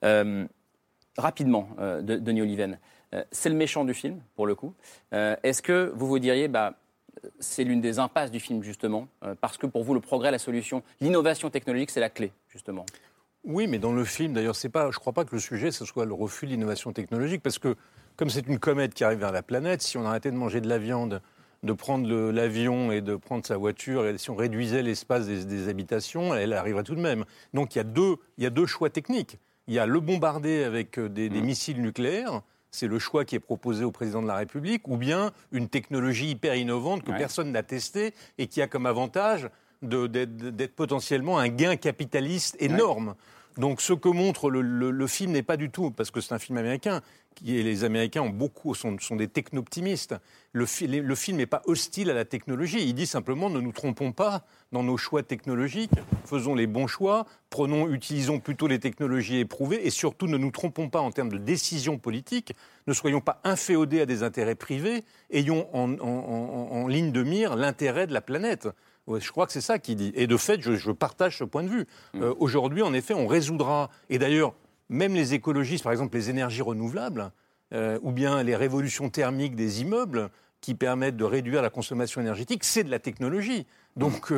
Rapidement, Denis Oliven, c'est le méchant du film, pour le coup. Est-ce que vous diriez, c'est l'une des impasses du film, justement, parce que pour vous, le progrès, la solution, l'innovation technologique, c'est la clé, justement. Oui, mais dans le film, d'ailleurs, je ne crois pas que le sujet, ce soit le refus de l'innovation technologique, parce que, comme c'est une comète qui arrive vers la planète, si on arrêtait de manger de la viande, de prendre l'avion et de prendre sa voiture, et si on réduisait l'espace des habitations, elle arriverait tout de même. Donc il y a deux choix techniques. Il y a le bombarder avec des missiles nucléaires. C'est le choix qui est proposé au président de la République, ou bien une technologie hyper innovante que personne n'a testée et qui a comme avantage d'être potentiellement un gain capitaliste énorme. Donc ce que montre le film n'est pas du tout, parce que c'est un film américain, et les Américains sont des techno-optimistes. Le film n'est pas hostile à la technologie. Il dit simplement ne nous trompons pas dans nos choix technologiques, faisons les bons choix, utilisons plutôt les technologies éprouvées, et surtout ne nous trompons pas en termes de décision politique, ne soyons pas inféodés à des intérêts privés, ayons en ligne de mire l'intérêt de la planète. Ouais, je crois que c'est ça qu'il dit. Et de fait, je partage ce point de vue. Aujourd'hui, en effet, on résoudra... Et d'ailleurs, même les écologistes, par exemple les énergies renouvelables, ou bien les révolutions thermiques des immeubles, qui permettent de réduire la consommation énergétique, c'est de la technologie. Donc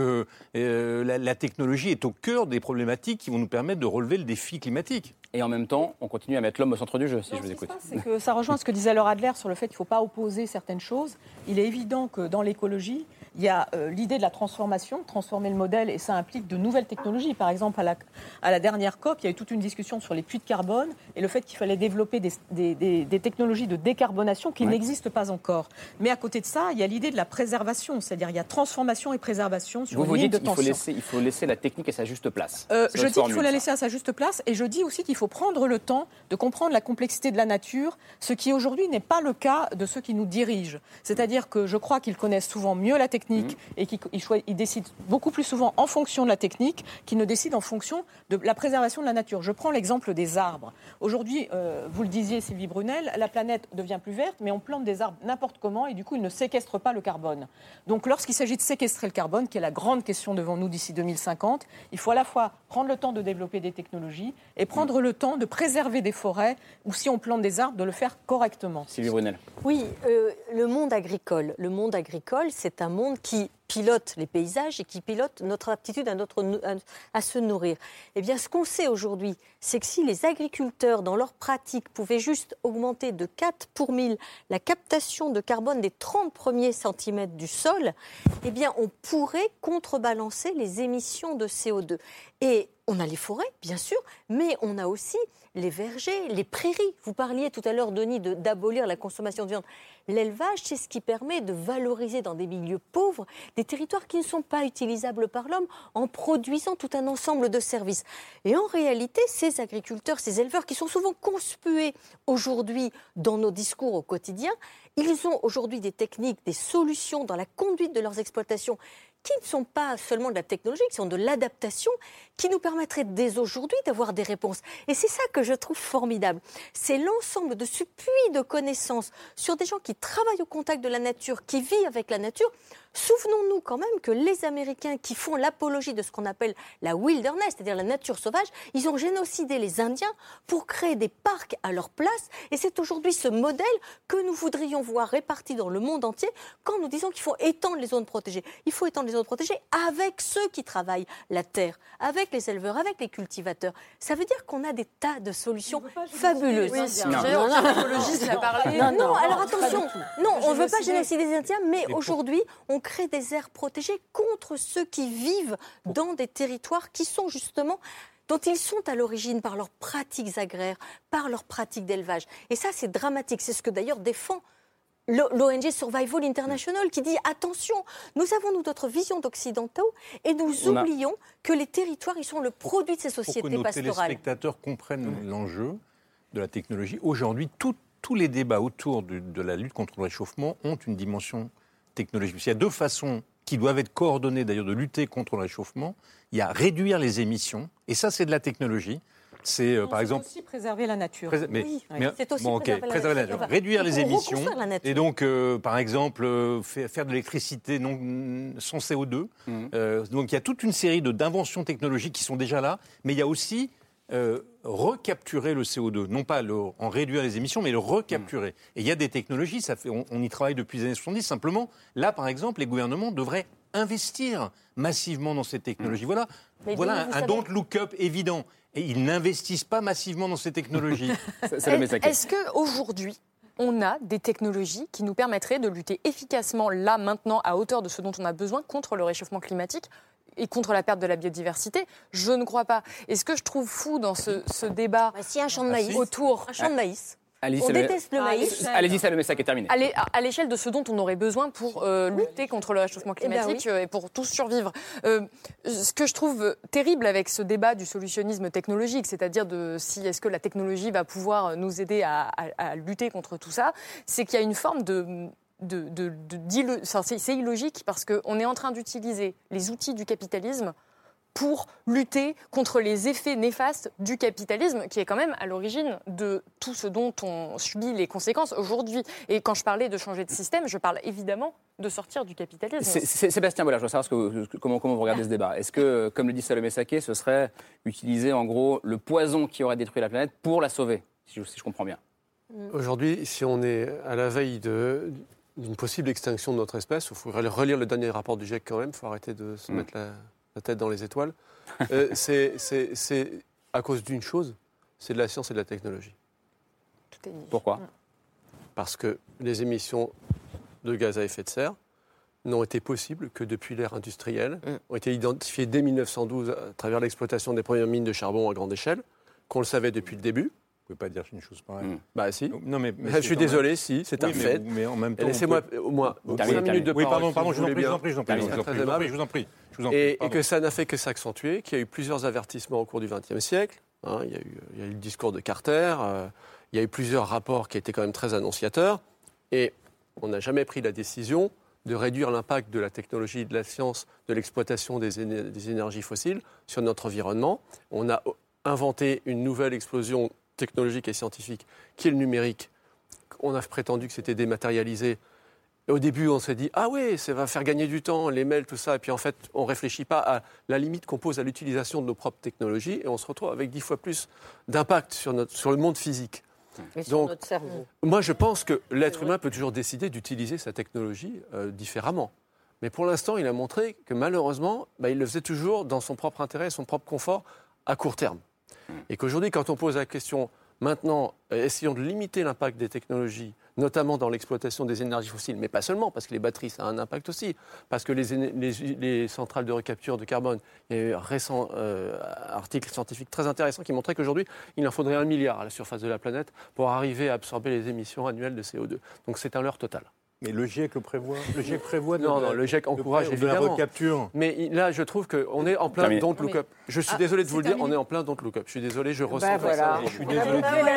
la technologie est au cœur des problématiques qui vont nous permettre de relever le défi climatique. Et en même temps, on continue à mettre l'homme au centre du jeu, si je vous écoute. C'est que ça rejoint ce que disait Laure Adler sur le fait qu'il ne faut pas opposer certaines choses. Il est évident que dans l'écologie, il y a l'idée de la transformation, transformer le modèle, et ça implique de nouvelles technologies. Par exemple, à la dernière COP, il y a eu toute une discussion sur les puits de carbone et le fait qu'il fallait développer des technologies de décarbonation qui n'existent pas encore. Mais à côté de ça, il y a l'idée de la préservation, c'est-à-dire il y a transformation et préservation sur une ligne de tension. Il faut laisser la technique à sa juste place. Je dis qu'il faut la laisser à sa juste place, et je dis aussi qu'il faut prendre le temps de comprendre la complexité de la nature, ce qui aujourd'hui n'est pas le cas de ceux qui nous dirigent. C'est-à-dire que je crois qu'ils connaissent souvent mieux la technique et qu'ils décident beaucoup plus souvent en fonction de la technique qu'ils ne décident en fonction de la préservation de la nature. Je prends l'exemple des arbres. Aujourd'hui, vous le disiez Sylvie Brunel, la planète devient plus verte, mais on plante des arbres n'importe comment et du coup ils ne séquestrent pas le carbone. Donc lorsqu'il s'agit de séquestrer le carbone, qui est la grande question devant nous d'ici 2050, il faut à la fois prendre le temps de développer des technologies et prendre le temps de préserver des forêts, ou si on plante des arbres, de le faire correctement. Sylvie Brunel. Oui, le monde agricole, c'est un monde qui pilote les paysages et qui pilote notre aptitude à se nourrir. Eh bien, ce qu'on sait aujourd'hui, c'est que si les agriculteurs, dans leur pratique, pouvaient juste augmenter de 4 pour 1000 la captation de carbone des 30 premiers centimètres du sol, eh bien, on pourrait contrebalancer les émissions de CO2. Et on a les forêts, bien sûr, mais on a aussi les vergers, les prairies. Vous parliez tout à l'heure, Denis, d'abolir la consommation de viande. L'élevage, c'est ce qui permet de valoriser dans des milieux pauvres des territoires qui ne sont pas utilisables par l'homme en produisant tout un ensemble de services. Et en réalité, ces agriculteurs, ces éleveurs qui sont souvent conspués aujourd'hui dans nos discours au quotidien, ils ont aujourd'hui des techniques, des solutions dans la conduite de leurs exploitations qui ne sont pas seulement de la technologie, qui sont de l'adaptation, qui nous permettraient dès aujourd'hui d'avoir des réponses. Et c'est ça que je trouve formidable. C'est l'ensemble de ce puits de connaissances sur des gens qui travaillent au contact de la nature, qui vivent avec la nature. Souvenons-nous quand même que les Américains qui font l'apologie de ce qu'on appelle la wilderness, c'est-à-dire la nature sauvage, ils ont génocidé les Indiens pour créer des parcs à leur place. Et c'est aujourd'hui ce modèle que nous voudrions voir réparti dans le monde entier quand nous disons qu'il faut étendre les zones protégées. Il faut étendre les zones protégées avec ceux qui travaillent la terre, avec les éleveurs, avec les cultivateurs. Ça veut dire qu'on a des tas de solutions fabuleuses. Non, alors attention, on ne veut pas génocider les Indiens, mais aujourd'hui, on crée des aires protégées contre ceux qui vivent dans des territoires qui sont justement dont ils sont à l'origine par leurs pratiques agraires, par leurs pratiques d'élevage. Et ça, c'est dramatique. C'est ce que d'ailleurs défend l'ONG Survival International qui dit attention, nous avons notre vision d'occidentaux et nous oublions que les territoires, ils sont le produit de ces sociétés pastorales. Pour que nos téléspectateurs comprennent l'enjeu de la technologie, aujourd'hui, tous les débats autour de la lutte contre le réchauffement ont une dimension technologique. Il y a deux façons qui doivent être coordonnées d'ailleurs de lutter contre le réchauffement. Il y a réduire les émissions, et ça c'est de la technologie. C'est par exemple aussi préserver la nature. C'est aussi préserver la nature. Réduire les émissions et donc par exemple faire de l'électricité sans CO2. Donc il y a toute une série d'inventions technologiques qui sont déjà là, mais il y a aussi recapturer le CO2, non pas en réduire les émissions, mais le recapturer. Et il y a des technologies, on y travaille depuis les années 70, simplement, là par exemple, les gouvernements devraient investir massivement dans ces technologies. Voilà un don't look up évident. Et ils n'investissent pas massivement dans ces technologies. Est-ce qu'aujourd'hui, on a des technologies qui nous permettraient de lutter efficacement, là, maintenant, à hauteur de ce dont on a besoin contre le réchauffement climatique ? et contre la perte de la biodiversité? Je ne crois pas. Et ce que je trouve fou dans ce débat si un champ de maïs autour... Un champ de maïs. On déteste le maïs. Allez-y, Salomé, ça qui est terminé. À l'échelle de ce dont on aurait besoin pour lutter contre le réchauffement climatique et pour tous survivre. Ce que je trouve terrible avec ce débat du solutionnisme technologique, c'est-à-dire est-ce que la technologie va pouvoir nous aider à lutter contre tout ça, c'est qu'il y a une forme c'est illogique parce qu'on est en train d'utiliser les outils du capitalisme pour lutter contre les effets néfastes du capitalisme, qui est quand même à l'origine de tout ce dont on subit les conséquences aujourd'hui. Et quand je parlais de changer de système, je parle évidemment de sortir du capitalisme. Sébastien Bollard, je veux savoir comment vous regardez ce débat. Est-ce que, comme le dit Salomé Saké, ce serait utiliser en gros le poison qui aurait détruit la planète pour la sauver, si je comprends bien? Aujourd'hui, si on est à la veille d'une possible extinction de notre espèce, il faudrait relire le dernier rapport du GIEC quand même, il faut arrêter de se mettre la tête dans les étoiles. C'est à cause d'une chose, c'est de la science et de la technologie. Tout est dit. Pourquoi? Parce que les émissions de gaz à effet de serre n'ont été possibles que depuis l'ère industrielle, ont été identifiées dès 1912 à travers l'exploitation des premières mines de charbon à grande échelle, qu'on le savait depuis le début. Vous ne pouvez pas dire une chose pareille. Bah si. Non, mais je suis désolé, si, c'est un fait. Mais en même temps, laissez-moi au moins 5 minutes de parole. Oui, pardon, je vous en prie. Et que ça n'a fait que s'accentuer, qu'il y a eu plusieurs avertissements au cours du XXe siècle. Il y a eu le discours de Carter, il y a eu plusieurs rapports qui étaient quand même très annonciateurs. Et on n'a jamais pris la décision de réduire l'impact de la technologie, de la science, de l'exploitation des énergies fossiles sur notre environnement. On a inventé une nouvelle explosion technologique et scientifique qui est le numérique. On a prétendu que c'était dématérialisé. Et au début, on s'est dit « Ah oui, ça va faire gagner du temps, les mails, tout ça. » Et puis en fait, on ne réfléchit pas à la limite qu'on pose à l'utilisation de nos propres technologies et on se retrouve avec 10 fois plus d'impact sur le monde physique. Et sur notre cerveau. Moi, je pense que l'être humain peut toujours décider d'utiliser sa technologie différemment. Mais pour l'instant, il a montré que malheureusement, il le faisait toujours dans son propre intérêt et son propre confort à court terme. Et qu'aujourd'hui, quand on pose la question, maintenant, essayons de limiter l'impact des technologies, notamment dans l'exploitation des énergies fossiles, mais pas seulement, parce que les batteries, ça a un impact aussi, parce que les centrales de recapture de carbone, il y a eu un récent article scientifique très intéressant qui montrait qu'aujourd'hui, il en faudrait 1 milliard à la surface de la planète pour arriver à absorber les émissions annuelles de CO2. Donc c'est un leurre total. Mais le GIEC le prévoit. Le GIEC prévoit non, le GIEC encourage évidemment. De la recapture. Mais là, je trouve qu'on est en plein don't look up. Je suis désolé de vous le dire, on est en plein don't look up. Je suis désolé, je ressens ça. Je suis désolé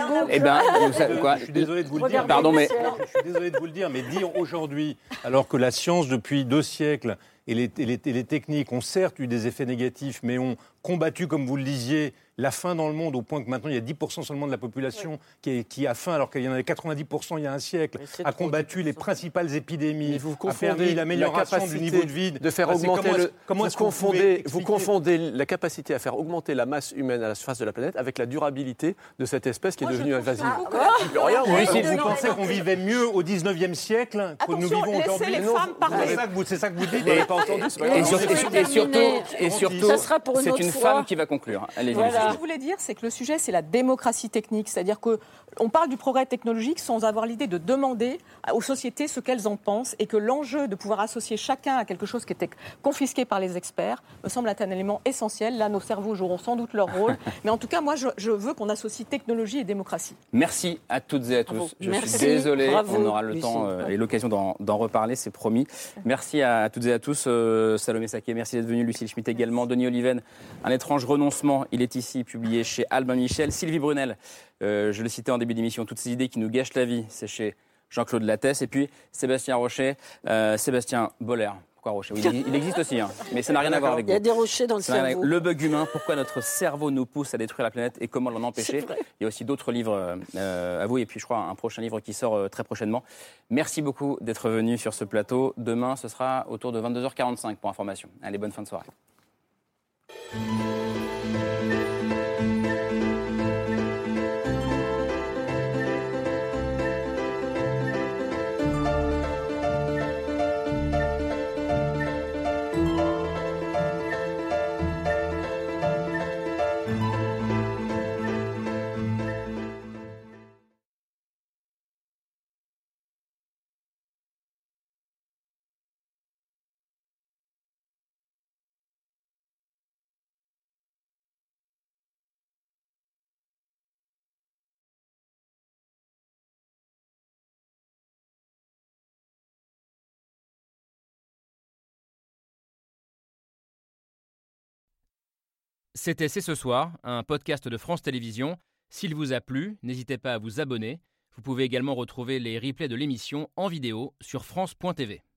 de vous le dire. Pardon, mais je suis désolé de vous le dire, mais dire aujourd'hui, alors que la science depuis 2 siècles et les techniques ont certes eu des effets négatifs, mais ont combattu, comme vous le disiez, la faim dans le monde, au point que maintenant il y a 10% seulement de la population qui a faim, alors qu'il y en avait 90% il y a un siècle, a combattu les principales épidémies, a permis l'amélioration du niveau de vie. De faire augmenter vous confondez la capacité à faire augmenter la masse humaine à la surface de la planète avec la durabilité de cette espèce qui est devenue invasive. Vous pensez qu'on vivait mieux au 19e siècle que nous vivons aujourd'hui? C'est ça que vous dites. Vous n'avez pas entendu. Et surtout, c'est une femme qui va conclure. Allez-y. Ce que je voulais dire, c'est que le sujet, c'est la démocratie technique. C'est-à-dire qu'on parle du progrès technologique sans avoir l'idée de demander aux sociétés ce qu'elles en pensent et que l'enjeu de pouvoir associer chacun à quelque chose qui était confisqué par les experts me semble être un élément essentiel. Là, nos cerveaux joueront sans doute leur rôle. Mais en tout cas, moi, je veux qu'on associe technologie et démocratie. Merci à toutes et à tous. Je suis désolé, on aura le temps et l'occasion d'en reparler, c'est promis. Merci à toutes et à tous. Salomé Saké, merci d'être venu. Lucille Schmitt également. Denis Oliven, Un étrange renoncement. Il est ici, publié chez Albin Michel. Sylvie Brunel, je le citais en début d'émission, toutes ces idées qui nous gâchent la vie, c'est chez Jean-Claude Lattès. Et puis Sébastien Rocher, Sébastien Bollard. Pourquoi Rocher? Oui, il existe aussi, mais ça n'a rien à voir avec vous. Il y a des rochers dans le cerveau. Le bug humain, pourquoi notre cerveau nous pousse à détruire la planète et comment l'en empêcher. Il y a aussi d'autres livres à vous, et puis je crois un prochain livre qui sort très prochainement. Merci beaucoup d'être venu sur ce plateau. Demain, ce sera autour de 22h45 pour information. Allez, bonne fin de soirée. C'était C'est ce soir, un podcast de France Télévisions. S'il vous a plu, n'hésitez pas à vous abonner. Vous pouvez également retrouver les replays de l'émission en vidéo sur France.tv.